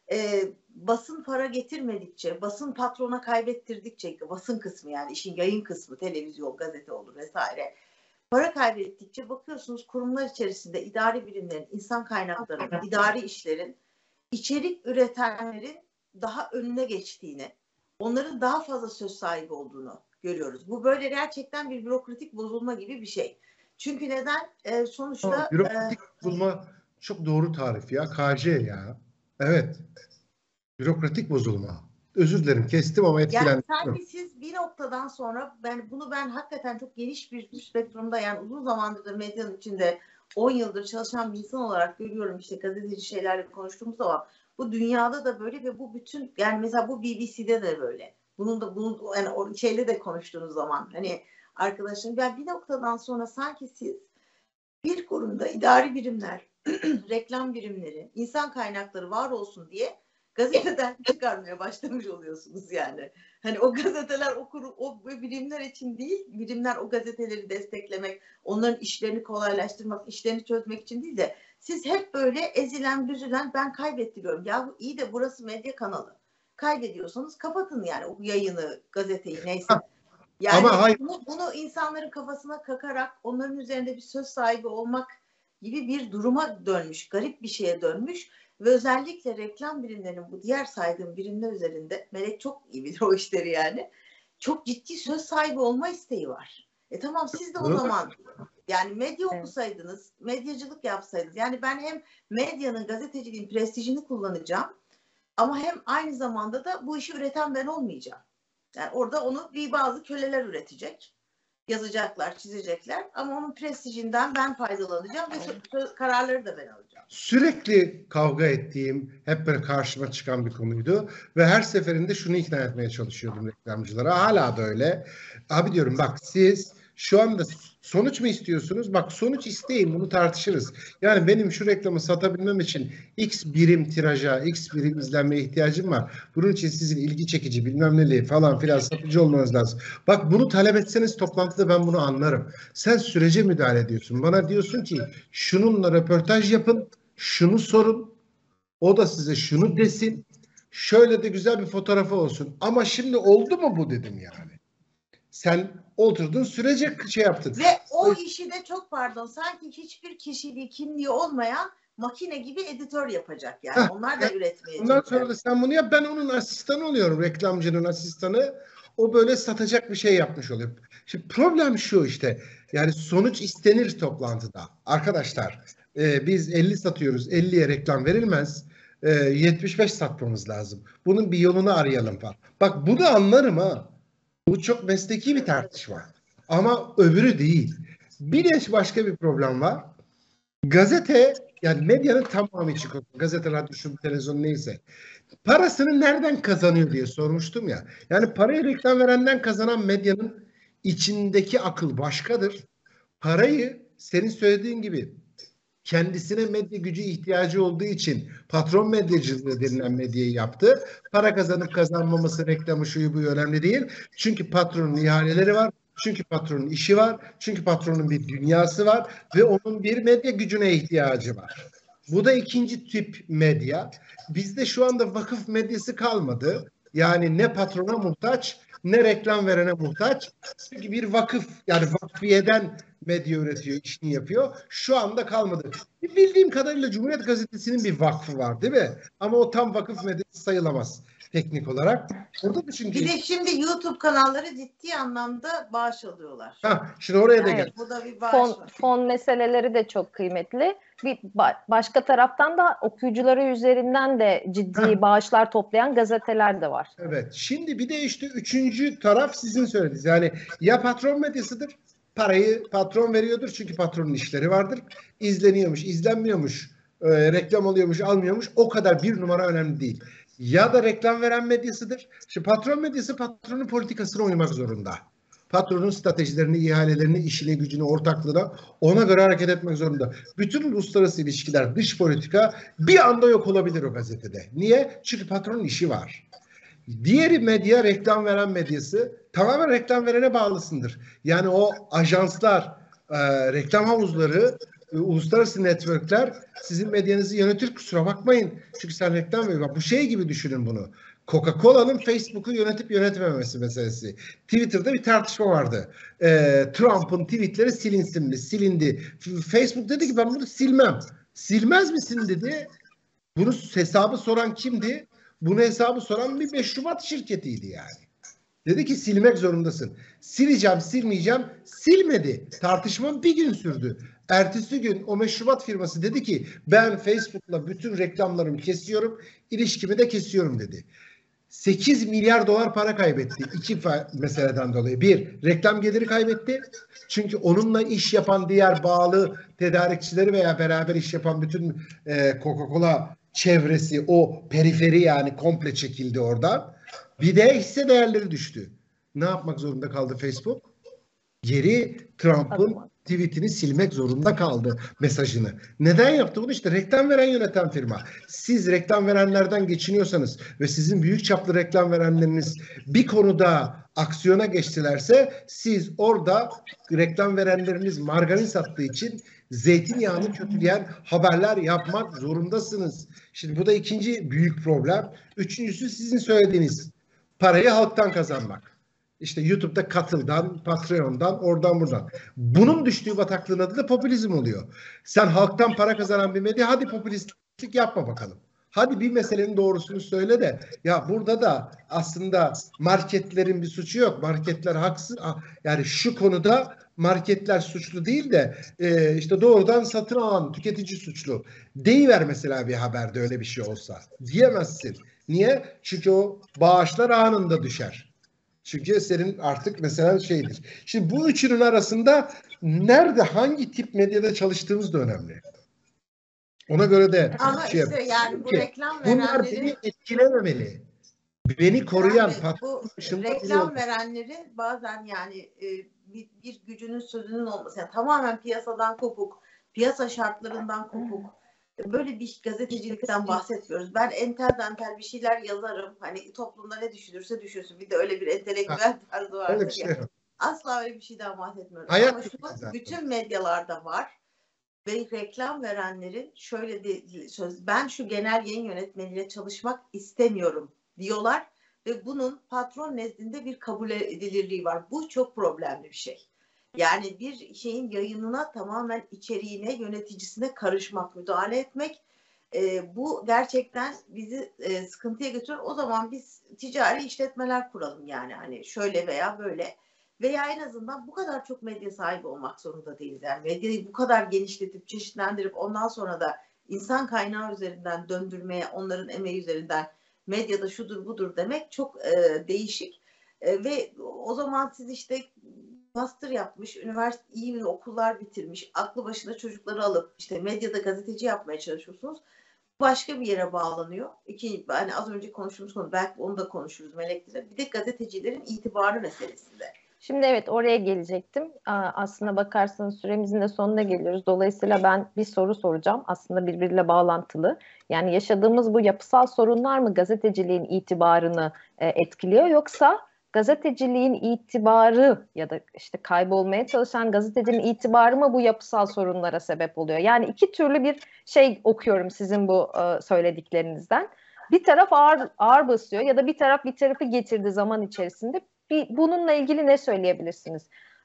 basın para getirmedikçe, basın patrona kaybettirdikçe, basın kısmı yani işin yayın kısmı, televizyon, gazete olur vesaire. Para kaybettikçe bakıyorsunuz kurumlar içerisinde idari birimlerin, insan kaynaklarının, idari işlerin, içerik üretenlerin daha önüne geçtiğini, onların daha fazla söz sahibi olduğunu görüyoruz. Bu böyle gerçekten bir bürokratik bozulma gibi bir şey. Çünkü neden? Sonuçta... Bürokratik bozulma çok doğru tarif ya. KC ya. Evet. Bürokratik bozulma. Özür dilerim, kestim ama etkilendim. Yani sanki siz bir noktadan sonra, ben hakikaten çok geniş bir spektrumda, yani uzun zamandır da medyanın içinde 10 yıldır çalışan bir insan olarak görüyorum, işte gazeteci şeylerle konuştuğumuz zaman bu dünyada da böyle ve bu bütün, yani mesela bu BBC'de de böyle. Bunun yani o şeyle de konuştuğunuz zaman hani arkadaşlarım, yani bir noktadan sonra sanki siz bir kurumda idari birimler, reklam birimleri, insan kaynakları var olsun diye gazeteden çıkarmaya başlamış oluyorsunuz yani. Hani o gazeteler o birimler için değil, birimler o gazeteleri desteklemek, onların işlerini kolaylaştırmak, işlerini çözmek için değil de siz hep böyle ezilen, büzülen, ben kaybettiriyorum. Ya iyi de burası medya kanalı. Kaybediyorsanız kapatın yani o yayını, gazeteyi neyse. Yani Ama bunu insanların kafasına kakarak onların üzerinde bir söz sahibi olmak gibi bir duruma dönmüş, garip bir şeye dönmüş ve özellikle reklam birimlerinin bu diğer saydığım birimler üzerinde, Melek çok iyi bilir o işleri yani, çok ciddi söz sahibi olma isteği var. Tamam siz de o zaman yani medya okusaydınız, medyacılık yapsaydınız, yani ben hem medyanın, gazeteciliğin prestijini kullanacağım ama hem aynı zamanda da bu işi üreten ben olmayacağım. Yani orada onu bazı köleler üretecek. Yazacaklar, çizecekler ama onun prestijinden ben faydalanacağım ve kararları da ben alacağım. Sürekli kavga ettiğim, hep böyle karşıma çıkan bir konuydu ve her seferinde şunu ikna etmeye çalışıyordum reklamcılara. Hala da öyle. Abi diyorum bak siz şu anda sonuç mu istiyorsunuz? Bak sonuç isteyin, bunu tartışırız. Yani benim şu reklamı satabilmem için X birim tiraja, X birim izlenmeye ihtiyacım var. Bunun için sizin ilgi çekici bilmem neli falan filan satıcı olmanız lazım. Bak bunu talep etseniz toplantıda ben bunu anlarım. Sen sürece müdahale ediyorsun. Bana diyorsun ki şununla röportaj yapın, şunu sorun, o da size şunu desin, şöyle de güzel bir fotoğrafı olsun. Ama şimdi oldu mu bu dedim yani. Sen oturdun sürece şey yaptın. Ve o işi de çok pardon sanki hiçbir kişiliği, kimliği olmayan makine gibi editör yapacak yani. Onlar da üretmeye. Ondan sonra da sen bunu yap, ben onun asistanı oluyorum, reklamcının asistanı. O böyle satacak bir şey yapmış oluyor. Şimdi problem şu işte, yani sonuç istenir toplantıda. Arkadaşlar biz 50 satıyoruz, 50'ye reklam verilmez. 75 satmamız lazım. Bunun bir yolunu arayalım falan. Bak bunu anlarım ha. Bu çok mesleki bir tartışma. Ama öbürü değil. Bir de başka bir problem var. Gazete, yani medyanın tamamı için, gazete, radyo, şu televizyon neyse, parasını nereden kazanıyor diye sormuştum ya. Yani parayı reklam verenden kazanan medyanın içindeki akıl başkadır. Parayı senin söylediğin gibi kendisine medya gücü ihtiyacı olduğu için patron medyacılığı denilen medyayı yaptı. Para kazanıp kazanmaması, reklamı, şuyu bu önemli değil. Çünkü patronun ihaleleri var. Çünkü patronun işi var. Çünkü patronun bir dünyası var ve onun bir medya gücüne ihtiyacı var. Bu da ikinci tip medya. Bizde şu anda vakıf medyası kalmadı. Yani ne patrona muhtaç ne reklam verene muhtaç. Çünkü bir vakıf, yani vakfiyeden medya üretiyor, işini yapıyor. Şu anda kalmadı. Bildiğim kadarıyla Cumhuriyet Gazetesi'nin bir vakfı var değil mi? Ama o tam vakıf medyası sayılamaz teknik olarak. Orada da çünkü... Bir de şimdi YouTube kanalları ciddi anlamda bağış alıyorlar. Şimdi oraya da gel. Bu da bir bağış var. Fon meseleleri de çok kıymetli. Başka taraftan da okuyucuları üzerinden de ciddi bağışlar toplayan gazeteler de var. Evet. Şimdi bir de işte üçüncü taraf sizin söylediğiniz. Yani ya patron medyasıdır. Parayı patron veriyordur çünkü patronun işleri vardır. İzleniyormuş, izlenmiyormuş, reklam alıyormuş, almıyormuş. O kadar bir numara önemli değil. Ya da reklam veren medyasıdır. Şimdi patron medyası patronun politikasına uymak zorunda. Patronun stratejilerini, ihalelerini, işine, gücüne, ortaklığına ona göre hareket etmek zorunda. Bütün uluslararası ilişkiler, dış politika bir anda yok olabilir o gazetede. Niye? Çünkü patronun işi var. Diğeri medya, reklam veren medyası tamamen reklam verene bağlısındır. Yani o ajanslar, reklam havuzları, uluslararası networkler sizin medyanızı yönetir, kusura bakmayın. Çünkü sen reklam veriyorsun. Bu şey gibi düşünün bunu. Coca-Cola'nın Facebook'u yönetip yönetmemesi meselesi. Twitter'da bir tartışma vardı. Trump'ın tweetleri silinsin mi? Silindi. Facebook dedi ki ben bunu silmem. Silmez misin dedi. Bunu hesabı soran kimdi? Bunu hesabı soran bir meşrubat şirketiydi yani. Dedi ki silmek zorundasın. Sileceğim, silmeyeceğim. Silmedi. Tartışma bir gün sürdü. Ertesi gün o meşrubat firması dedi ki ben Facebook'la bütün reklamlarımı kesiyorum, ilişkimi de kesiyorum dedi. 8 milyar dolar para kaybetti. İki meseleden dolayı. Bir, reklam geliri kaybetti. Çünkü onunla iş yapan diğer bağlı tedarikçileri veya beraber iş yapan bütün Coca-Cola çevresi, o periferi yani komple çekildi oradan. Bir de hisse değerleri düştü. Ne yapmak zorunda kaldı Facebook? Geri Trump'ın tweetini silmek zorunda kaldı mesajını. Neden yaptı bunu? İşte reklam veren yöneten firma. Siz reklam verenlerden geçiniyorsanız ve sizin büyük çaplı reklam verenleriniz bir konuda aksiyona geçtilerse siz orada reklam verenleriniz margarin sattığı için zeytinyağını kötüleyen haberler yapmak zorundasınız. Şimdi bu da ikinci büyük problem. Üçüncüsü sizin söylediğiniz parayı halktan kazanmak. İşte YouTube'da Katıl'dan, Patreon'dan, oradan buradan. Bunun düştüğü bataklığın adı da popülizm oluyor. Sen halktan para kazanan bir medya, hadi popülistlik yapma bakalım. Hadi bir meselenin doğrusunu söyle de ya burada da aslında marketlerin bir suçu yok. Marketler haksız. Yani şu konuda marketler suçlu değil de işte doğrudan satın alan tüketici suçlu. Deyiver mesela bir haberde öyle bir şey olsa. Diyemezsin. Niye? Çünkü o bağışlar anında düşer. Çünkü senin artık mesela şeydir. Şimdi bu üçünün arasında nerede, hangi tip medyada çalıştığımız da önemli. Ona göre de ama şey işte yani bu reklam bunlar verenleri beni etkilememeli. Beni koruyan yani patron bu dışında reklam verenleri bazen yani bir gücünün sözünün olması, yani tamamen piyasadan kopuk, piyasa şartlarından kopuk, böyle bir gazetecilikten bahsetmiyoruz. Ben entel dantel bir şeyler yazarım. Hani toplumda ne düşünürse düşünsün. Bir de öyle bir entelektüel tarzı vardır öyle bir şey ya. yok. Asla öyle bir şeyden bahsetmiyorum. Hayat Ama şu zaten. bütün medyalarda var. Ve reklam verenlerin şöyle de söz, ben şu genel yayın yönetmeniyle çalışmak istemiyorum diyorlar ve bunun patron nezdinde bir kabul edilirliği var. Bu çok problemli bir şey. Yani bir şeyin yayınına tamamen içeriğine, yöneticisine karışmak, müdahale etmek, bu gerçekten bizi sıkıntıya götürür. O zaman biz ticari işletmeler kuralım, yani hani şöyle veya böyle. Veya en azından bu kadar çok medya sahibi olmak zorunda değiliz. Yani medyayı bu kadar genişletip, çeşitlendirip ondan sonra da insan kaynağı üzerinden döndürmeye, onların emeği üzerinden medyada şudur budur demek çok değişik. Ve o zaman siz işte master yapmış, üniversite iyi bir okullar bitirmiş, aklı başında çocukları alıp işte medyada gazeteci yapmaya çalışıyorsunuz. Başka bir yere bağlanıyor. Hani az önce konuştuğumuz konu, belki onu da konuşuruz Melek'le. Bir de gazetecilerin itibarı meselesinde. Şimdi evet, oraya gelecektim. Aslına bakarsanız süremizin de sonuna geliyoruz. Dolayısıyla ben bir soru soracağım. Aslında birbiriyle bağlantılı. Yani yaşadığımız bu yapısal sorunlar mı gazeteciliğin itibarını etkiliyor, yoksa gazeteciliğin itibarı ya da işte kaybolmaya çalışan gazetecinin itibarı mı bu yapısal sorunlara sebep oluyor? Yani iki türlü bir şey okuyorum sizin bu söylediklerinizden. Bir taraf ağır basıyor ya da bir tarafı getirdi zaman içerisinde. Bununla ilgili ne söyleyebilirsiniz?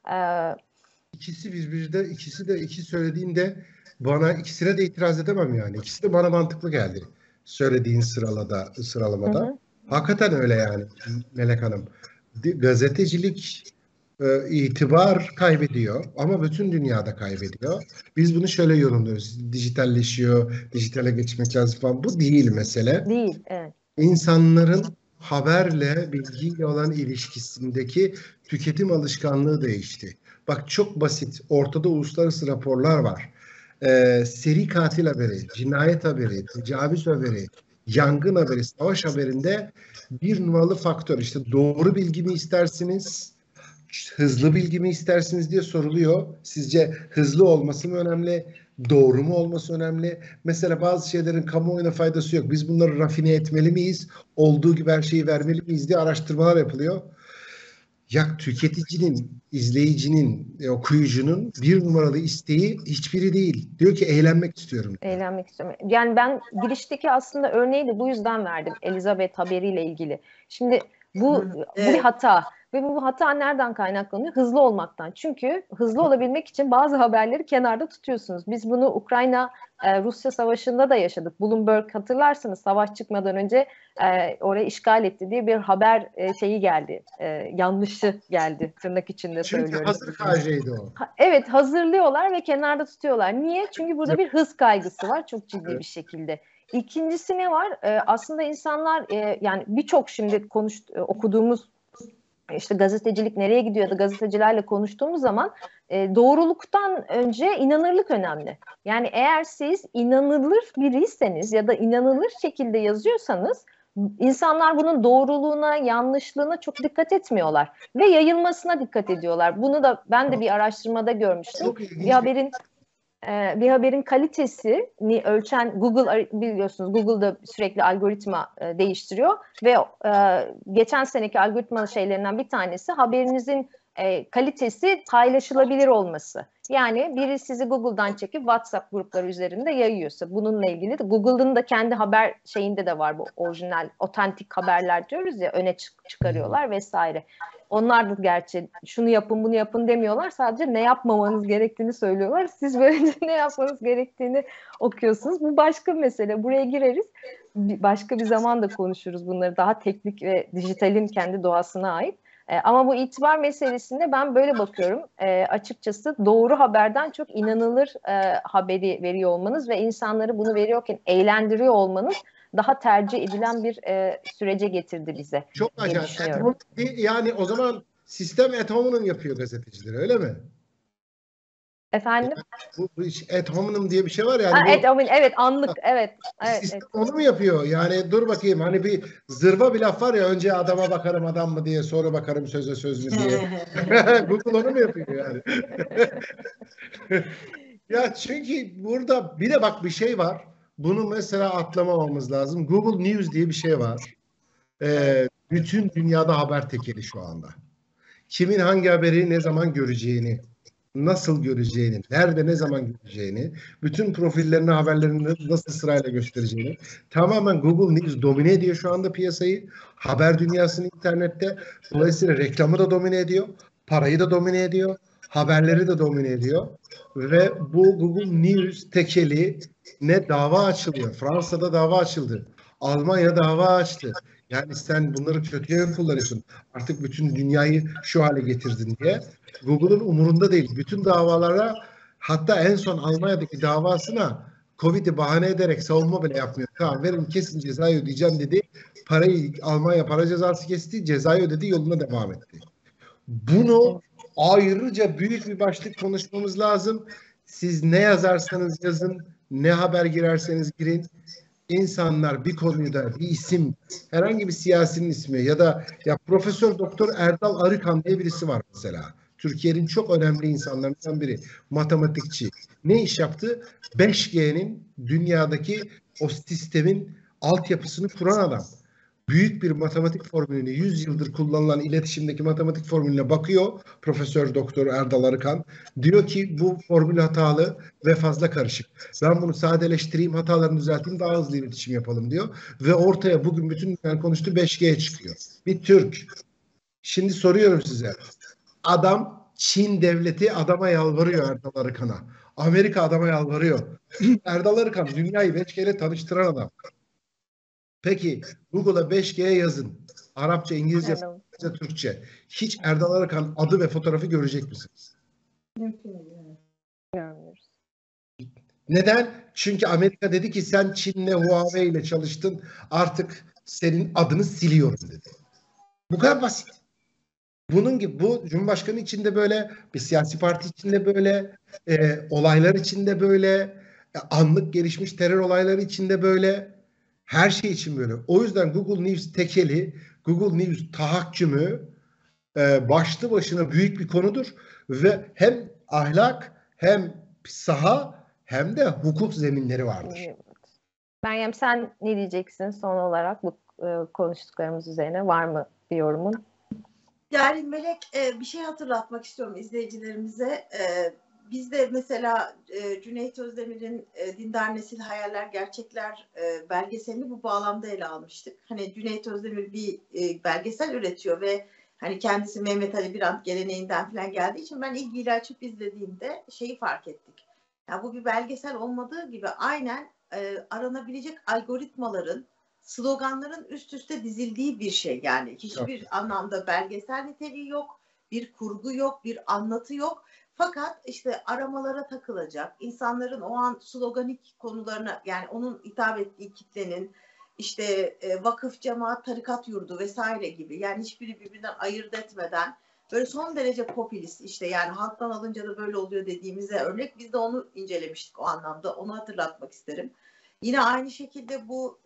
İkisi birbirinde, ikisi de iki söylediğinde bana ikisine de itiraz edemem yani. İkisi de bana mantıklı geldi. Söylediğin sıralamada. Hı hı. Hakikaten öyle yani Melek Hanım. Gazetecilik itibar kaybediyor ama bütün dünyada kaybediyor. Biz bunu şöyle yorumluyoruz. Dijitalleşiyor, dijitale geçmek lazım falan. Bu değil mesele. Değil, evet. İnsanların haberle, bilgiyle olan ilişkisindeki tüketim alışkanlığı değişti. Bak çok basit. Ortada uluslararası raporlar var. Seri katil haberi, cinayet haberi, tecavüz haberi, yangın haberi, savaş haberinde bir numaralı faktör. İşte doğru bilgi mi istersiniz, hızlı bilgi mi istersiniz diye soruluyor. Sizce hızlı olması mı önemli, doğru mu olması önemli? Mesela bazı şeylerin kamuoyuna faydası yok. Biz bunları rafine etmeli miyiz? Olduğu gibi her şeyi vermeli miyiz diye araştırmalar yapılıyor. Ya tüketicinin, izleyicinin, okuyucunun bir numaralı isteği hiçbiri değil. Diyor ki eğlenmek istiyorum. Eğlenmek istiyorum. Yani ben girişteki aslında örneği de bu yüzden verdim. Elizabeth haberiyle ilgili. Şimdi bu bir hata. Ve bu hata nereden kaynaklanıyor? Hızlı olmaktan. Çünkü hızlı olabilmek için bazı haberleri kenarda tutuyorsunuz. Biz bunu Ukrayna-Rusya savaşında da yaşadık. Bloomberg, hatırlarsınız, savaş çıkmadan önce orayı işgal etti diye bir haber şeyi geldi. Yanlışı geldi. Tırnak içinde söylüyorum. Çünkü hazır KJ'ydi o. Evet, hazırlıyorlar ve kenarda tutuyorlar. Niye? Çünkü burada bir hız kaygısı var çok ciddi bir şekilde. İkincisi ne var? Aslında insanlar yani birçok şimdi okuduğumuz işte gazetecilik nereye gidiyor da gazetecilerle konuştuğumuz zaman doğruluktan önce inanırlık önemli. Yani eğer siz inanılır biriyseniz ya da inanılır şekilde yazıyorsanız İnsanlar bunun doğruluğuna, yanlışlığına çok dikkat etmiyorlar ve yayılmasına dikkat ediyorlar. Bunu da ben de bir araştırmada görmüştüm. Çok ilginç. Bir haberin kalitesini ölçen Google, biliyorsunuz Google'da sürekli algoritma değiştiriyor ve geçen seneki algoritma şeylerinden bir tanesi haberinizin kalitesi paylaşılabilir olması. Yani biri sizi Google'dan çekip WhatsApp grupları üzerinde yayıyorsa, bununla ilgili de Google'ın da kendi haber şeyinde de var bu orijinal, otantik haberler diyoruz ya, öne çıkarıyorlar vesaire. Onlar da gerçi şunu yapın bunu yapın demiyorlar, sadece ne yapmamanız gerektiğini söylüyorlar. Siz böylece ne yapmanız gerektiğini okuyorsunuz. Bu başka bir mesele, buraya gireriz. Başka bir zaman da konuşuruz bunları, daha teknik ve dijitalin kendi doğasına ait. Ama bu itibar meselesinde ben böyle bakıyorum. Açıkçası doğru haberden çok inanılır haberi veriyor olmanız ve insanları bunu veriyorken eğlendiriyor olmanız daha tercih edilen bir sürece getirdi bize. Çok acayip. Yani o zaman sistem at home'un yapıyor gazetecileri, öyle mi? Efendim? Yani bu at home'un diye bir şey var yani. Evet, anlık. Evet. Sistem onu mu yapıyor? Yani dur bakayım, hani bir zırva bir laf var ya, önce adama bakarım adam mı diye, sonra bakarım söze söz mü diye. Google onu mu yapıyor yani? Ya çünkü burada bir de bak bir şey var. Bunu mesela atlamamamız lazım. Google News diye bir şey var. Bütün dünyada haber tekeli şu anda. Kimin hangi haberi ne zaman göreceğini, nasıl göreceğini, nerede ne zaman göreceğini, bütün profillerini, haberlerini nasıl sırayla göstereceğini tamamen Google News domine ediyor şu anda piyasayı. Haber dünyasını internette. Dolayısıyla reklamı da domine ediyor, parayı da domine ediyor, haberleri de domine ediyor. Ve bu Google News tekeli ne dava açılıyor. Fransa'da dava açıldı. Almanya dava açtı. Yani sen bunları kötüye kullanıyorsun. Artık bütün dünyayı şu hale getirdin diye. Google'ın umurunda değil. Bütün davalara, hatta en son Almanya'daki davasına Covid'i bahane ederek savunma bile yapmıyor. Tamam verin, kesin cezayı ödeyeceğim dedi. Parayı, Almanya para cezası kesti, cezayı ödedi, yoluna devam etti. Bunu ayrıca büyük bir başlık konuşmamız lazım. Siz ne yazarsanız yazın, ne haber girerseniz girin. İnsanlar bir konuyu da bir isim, herhangi bir siyasinin ismi ya da Profesör Doktor Erdal Arıkan diye birisi var mesela. Türkiye'nin çok önemli insanlarından biri. Matematikçi. Ne iş yaptı? 5G'nin dünyadaki o sistemin altyapısını kuran adam. Büyük bir matematik formülüne, 100 yıldır kullanılan iletişimdeki matematik formülüne bakıyor Profesör Doktor Erdal Arıkan. Diyor ki bu formül hatalı ve fazla karışık. Ben bunu sadeleştireyim, hatalarını düzelteyim, daha hızlı iletişim yapalım diyor. Ve ortaya bugün bütün dünya konuştuğu 5G çıkıyor. Bir Türk. Şimdi soruyorum size. Adam, Çin devleti adama yalvarıyor, Erdal Arıkan'a. Amerika adama yalvarıyor. Erdal Arıkan dünyayı 5G ile tanıştıran adam. Peki Google'a 5G yazın. Arapça, İngilizce, Fransızca, Türkçe. Hiç Erdal Arıkan adı ve fotoğrafı görecek misiniz? Görmüyoruz. Neden? Çünkü Amerika dedi ki sen Çin'le, Huawei ile çalıştın. Artık senin adını siliyorum dedi. Bu kadar basit. Bunun gibi bu Cumhurbaşkanı için de böyle, bir siyasi parti için de böyle, olaylar için de böyle, anlık gelişmiş terör olayları için de böyle. Her şey için böyle. O yüzden Google News tekeli, Google News tahakkümü başlı başına büyük bir konudur ve hem ahlak hem saha hem de hukuk zeminleri vardır. Meryem, sen ne diyeceksin son olarak bu konuştuklarımız üzerine? Var mı bir yorumun? Yani Melek, bir şey hatırlatmak istiyorum izleyicilerimize. Biz de mesela Cüneyt Özdemir'in Dindar Nesil Hayaller Gerçekler belgeselini bu bağlamda ele almıştık. Hani Cüneyt Özdemir bir belgesel üretiyor ve hani kendisi Mehmet Ali Birant geleneğinden falan geldiği için ben ilgiyle açıp izlediğimde şeyi fark ettik. Yani bu bir belgesel olmadığı gibi aynen aranabilecek algoritmaların, sloganların üst üste dizildiği bir şey. Yani hiçbir anlamda belgesel niteliği yok, bir kurgu yok, bir anlatı yok. Fakat işte aramalara takılacak, insanların o an sloganik konularına, yani onun hitap ettiği kitlenin işte vakıf, cemaat, tarikat yurdu vesaire gibi, yani hiçbiri birbirinden ayırt etmeden böyle son derece popülist, işte yani halktan alınca da böyle oluyor dediğimize örnek, biz de onu incelemiştik o anlamda, onu hatırlatmak isterim. Yine aynı şekilde bu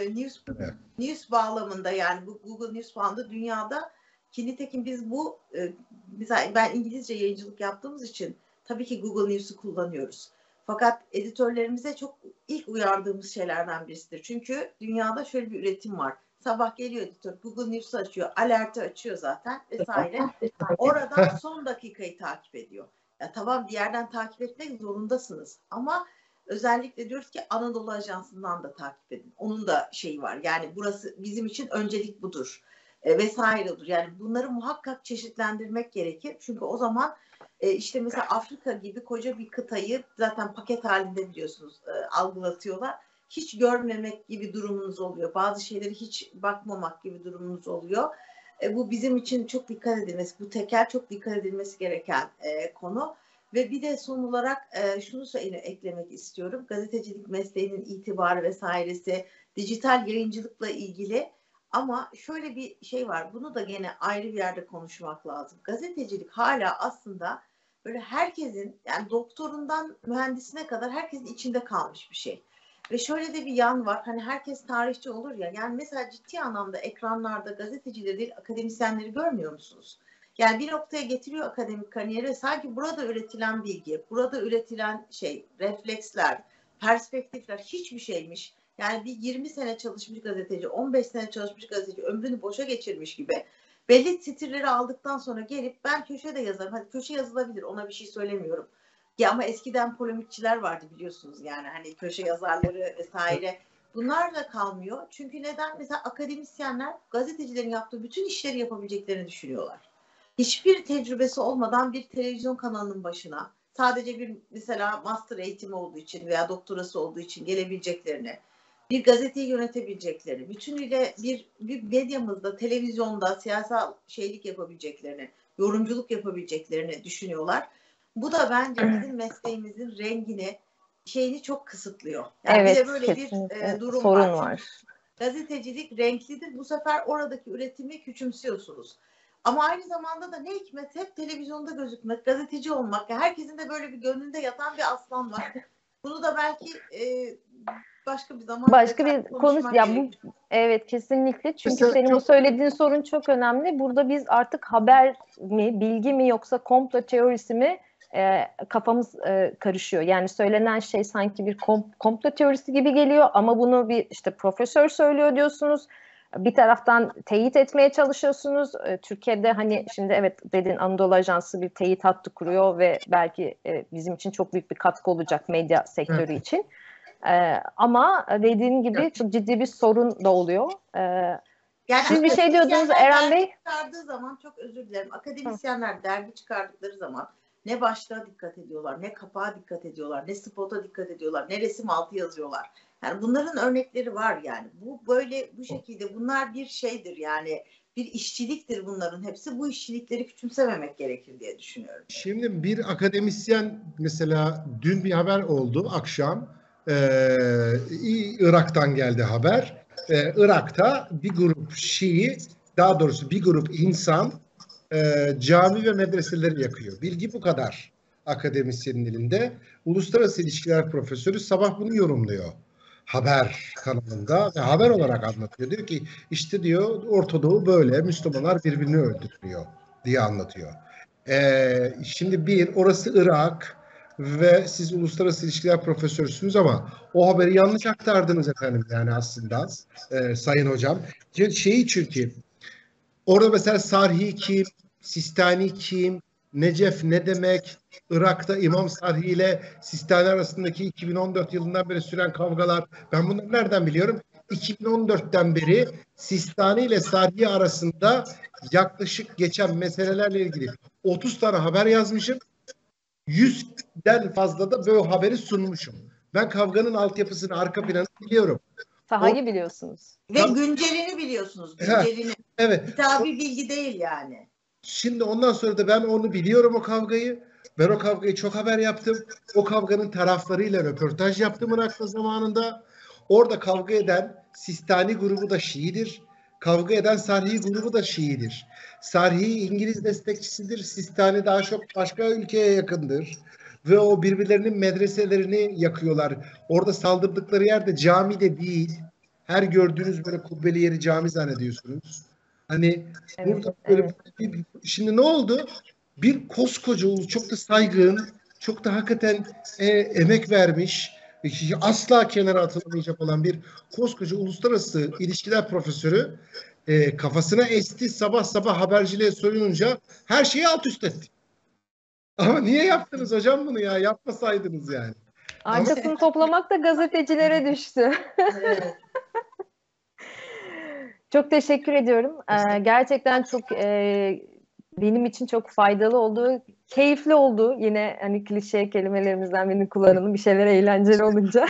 news bağlamında, yani bu Google News bağlamında dünyada ki nitekim biz bu mesela ben İngilizce yayıncılık yaptığımız için tabii ki Google News'u kullanıyoruz. Fakat editörlerimize çok ilk uyardığımız şeylerden birisidir. Çünkü dünyada şöyle bir üretim var. Sabah geliyor editör, Google News'u açıyor, alerti açıyor zaten vesaire. Oradan son dakikayı takip ediyor. Ya tamam, bir yerden takip etmek zorundasınız ama özellikle diyoruz ki Anadolu Ajansı'ndan da takip edin. Onun da şeyi var. Yani burası bizim için öncelik budur. Vesaire olur. Yani bunları muhakkak çeşitlendirmek gerekir. Çünkü o zaman işte mesela Afrika gibi koca bir kıtayı zaten paket halinde biliyorsunuz algılatıyorlar. Hiç görmemek gibi durumunuz oluyor. Bazı şeyleri hiç bakmamak gibi durumunuz oluyor. Bu bizim için çok dikkat edilmesi, bu teker çok dikkat edilmesi gereken konu. Ve bir de son olarak şunu eklemek istiyorum. Gazetecilik mesleğinin itibarı vesairesi, dijital yayıncılıkla ilgili. Ama şöyle bir şey var. Bunu da gene ayrı bir yerde konuşmak lazım. Gazetecilik hala aslında böyle herkesin, yani doktorundan mühendisine kadar herkesin içinde kalmış bir şey. Ve şöyle de bir yan var. Hani herkes tarihçi olur ya. Yani mesela ciddi anlamda ekranlarda gazetecileri değil, akademisyenleri görmüyor musunuz? Yani bir noktaya getiriyor akademik kariyeri. Sanki burada üretilen bilgi, burada üretilen refleksler, perspektifler hiçbir şeymiş. Yani bir 20 sene çalışmış gazeteci, 15 sene çalışmış gazeteci ömrünü boşa geçirmiş gibi. Belli titirleri aldıktan sonra gelip ben köşede yazarım. Hadi köşe yazılabilir, ona bir şey söylemiyorum. Ya ama eskiden polemikçiler vardı biliyorsunuz, yani hani köşe yazarları vesaire. Bunlar da kalmıyor. Çünkü neden? Mesela akademisyenler gazetecilerin yaptığı bütün işleri yapabileceklerini düşünüyorlar. Hiçbir tecrübesi olmadan bir televizyon kanalının başına sadece bir mesela master eğitimi olduğu için veya doktorası olduğu için gelebileceklerini, bir gazeteyi yönetebileceklerini, bütünüyle bir medyamızda, televizyonda siyasal şeylik yapabileceklerini, yorumculuk yapabileceklerini düşünüyorlar. Bu da bence bizim mesleğimizin rengini, şeyini çok kısıtlıyor. Yani evet, bir de böyle bir durum sorun var. Gazetecilik renklidir. Bu sefer oradaki üretimi küçümsüyorsunuz. Ama aynı zamanda da ne hikmet hep televizyonda gözükmek, gazeteci olmak. Yani herkesin de böyle bir gönlünde yatan bir aslan var. Bunu da belki başka bir zaman başka bir konu ya bu, evet kesinlikle, çünkü mesela senin bu söylediğin sorun çok önemli. Burada biz artık haber mi, bilgi mi, yoksa komplo teorisi mi kafamız karışıyor. Yani söylenen şey sanki bir komplo teorisi gibi geliyor ama bunu bir işte profesör söylüyor diyorsunuz. Bir taraftan teyit etmeye çalışıyorsunuz. Türkiye'de hani şimdi evet dedin, Anadolu Ajansı bir teyit hattı kuruyor ve belki bizim için çok büyük bir katkı olacak medya sektörü için. Ama dediğin gibi çok ciddi bir sorun da oluyor. Yani siz bir şey diyordunuz Eren Bey. Çıkardığı zaman, çok özür dilerim. Akademisyenler dergi çıkardıkları zaman ne başlığa dikkat ediyorlar, ne kapağa dikkat ediyorlar, ne spota dikkat ediyorlar, ne resim altı yazıyorlar. Yani bunların örnekleri var yani. Bu böyle bu şekilde, bunlar bir şeydir yani, bir işçiliktir bunların hepsi. Bu işçilikleri küçümsememek gerekir diye düşünüyorum. Şimdi bir akademisyen, mesela dün bir haber oldu akşam. Irak'tan geldi haber. Irak'ta bir grup Şii, daha doğrusu bir grup insan cami ve medreseleri yakıyor. Bilgi bu kadar akademisyenin elinde. Uluslararası İlişkiler Profesörü sabah bunu yorumluyor haber kanalında ve haber olarak anlatıyor. Diyor ki işte diyor Orta Doğu böyle, Müslümanlar birbirini öldürüyor diye anlatıyor. Şimdi orası Irak ve siz uluslararası ilişkiler profesörsünüz ama o haberi yanlış aktardınız efendim, yani aslında sayın hocam. Çünkü orada mesela Sarhi kim, Sistani kim, Necef ne demek, Irak'ta İmam Sarhi ile Sistani arasındaki 2014 yılından beri süren kavgalar, ben bunları nereden biliyorum? 2014'ten beri Sistani ile Sarhi arasında yaklaşık geçen meselelerle ilgili 30 tane haber yazmışım. 100'den fazla da böyle haberi sunmuşum. Ben kavganın altyapısını, arka planını biliyorum. Sahayı biliyorsunuz. Ve güncelini biliyorsunuz. Güncelini. Evet. Kitabi bilgi değil yani. Şimdi ondan sonra da ben onu biliyorum, o kavgayı. Ben o kavgayı çok haber yaptım. O kavganın taraflarıyla röportaj yaptım Irak'ta zamanında. Orada kavga eden Sistani grubu da Şii'dir. Kavga eden Sarhi grubu da Şii'dir. Sarhi İngiliz destekçisidir. Sistani daha çok başka ülkeye yakındır. ve o birbirlerinin medreselerini yakıyorlar. Orada saldırdıkları yerde cami de değil. Her gördüğünüz böyle kubbeli yeri cami zannediyorsunuz. Hani Evet, burada böyle evet. şimdi ne oldu? Bir koskoca ulus, çok da saygın, çok da hakikaten emek vermiş, asla kenara atılamayacak olan bir koskoca uluslararası ilişkiler profesörü kafasına esti, sabah sabah haberciliğe soyununca her şeyi alt üst etti. Ama niye yaptınız hocam bunu ya? Yapmasaydınız yani. Ama Arkasını toplamak da gazetecilere düştü. Evet. Çok teşekkür ediyorum. Gerçekten çok benim için çok faydalı oldu. Keyifli oldu. Yine hani klişe kelimelerimizden birini kullanalım. Bir şeyler eğlenceli olunca.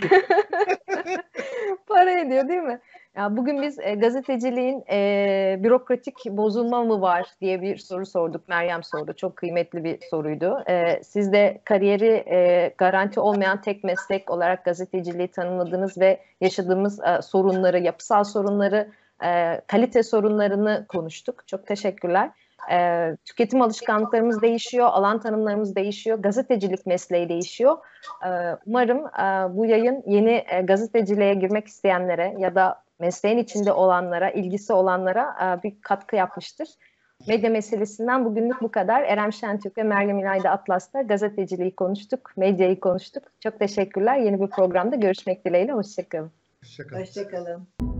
Para ediyor değil mi? Ya bugün biz gazeteciliğin bürokratik bozulma mı var diye bir soru sorduk. Meryem sordu. Çok kıymetli bir soruydu. Siz de kariyeri garanti olmayan tek meslek olarak gazeteciliği tanımladınız ve yaşadığımız sorunları, yapısal sorunları, kalite sorunlarını konuştuk. Çok teşekkürler. Tüketim alışkanlıklarımız değişiyor, alan tanımlarımız değişiyor, gazetecilik mesleği değişiyor. Umarım bu yayın yeni gazeteciliğe girmek isteyenlere ya da mesleğin içinde olanlara, ilgisi olanlara bir katkı yapmıştır. Medya meselesinden bugünlük bu kadar. Erem Şentürk ve Meryem İlayda Atlas'ta gazeteciliği konuştuk, medyayı konuştuk. Çok teşekkürler. Yeni bir programda görüşmek dileğiyle. Hoşçakalın. Hoşçakalın. Hoşçakalın.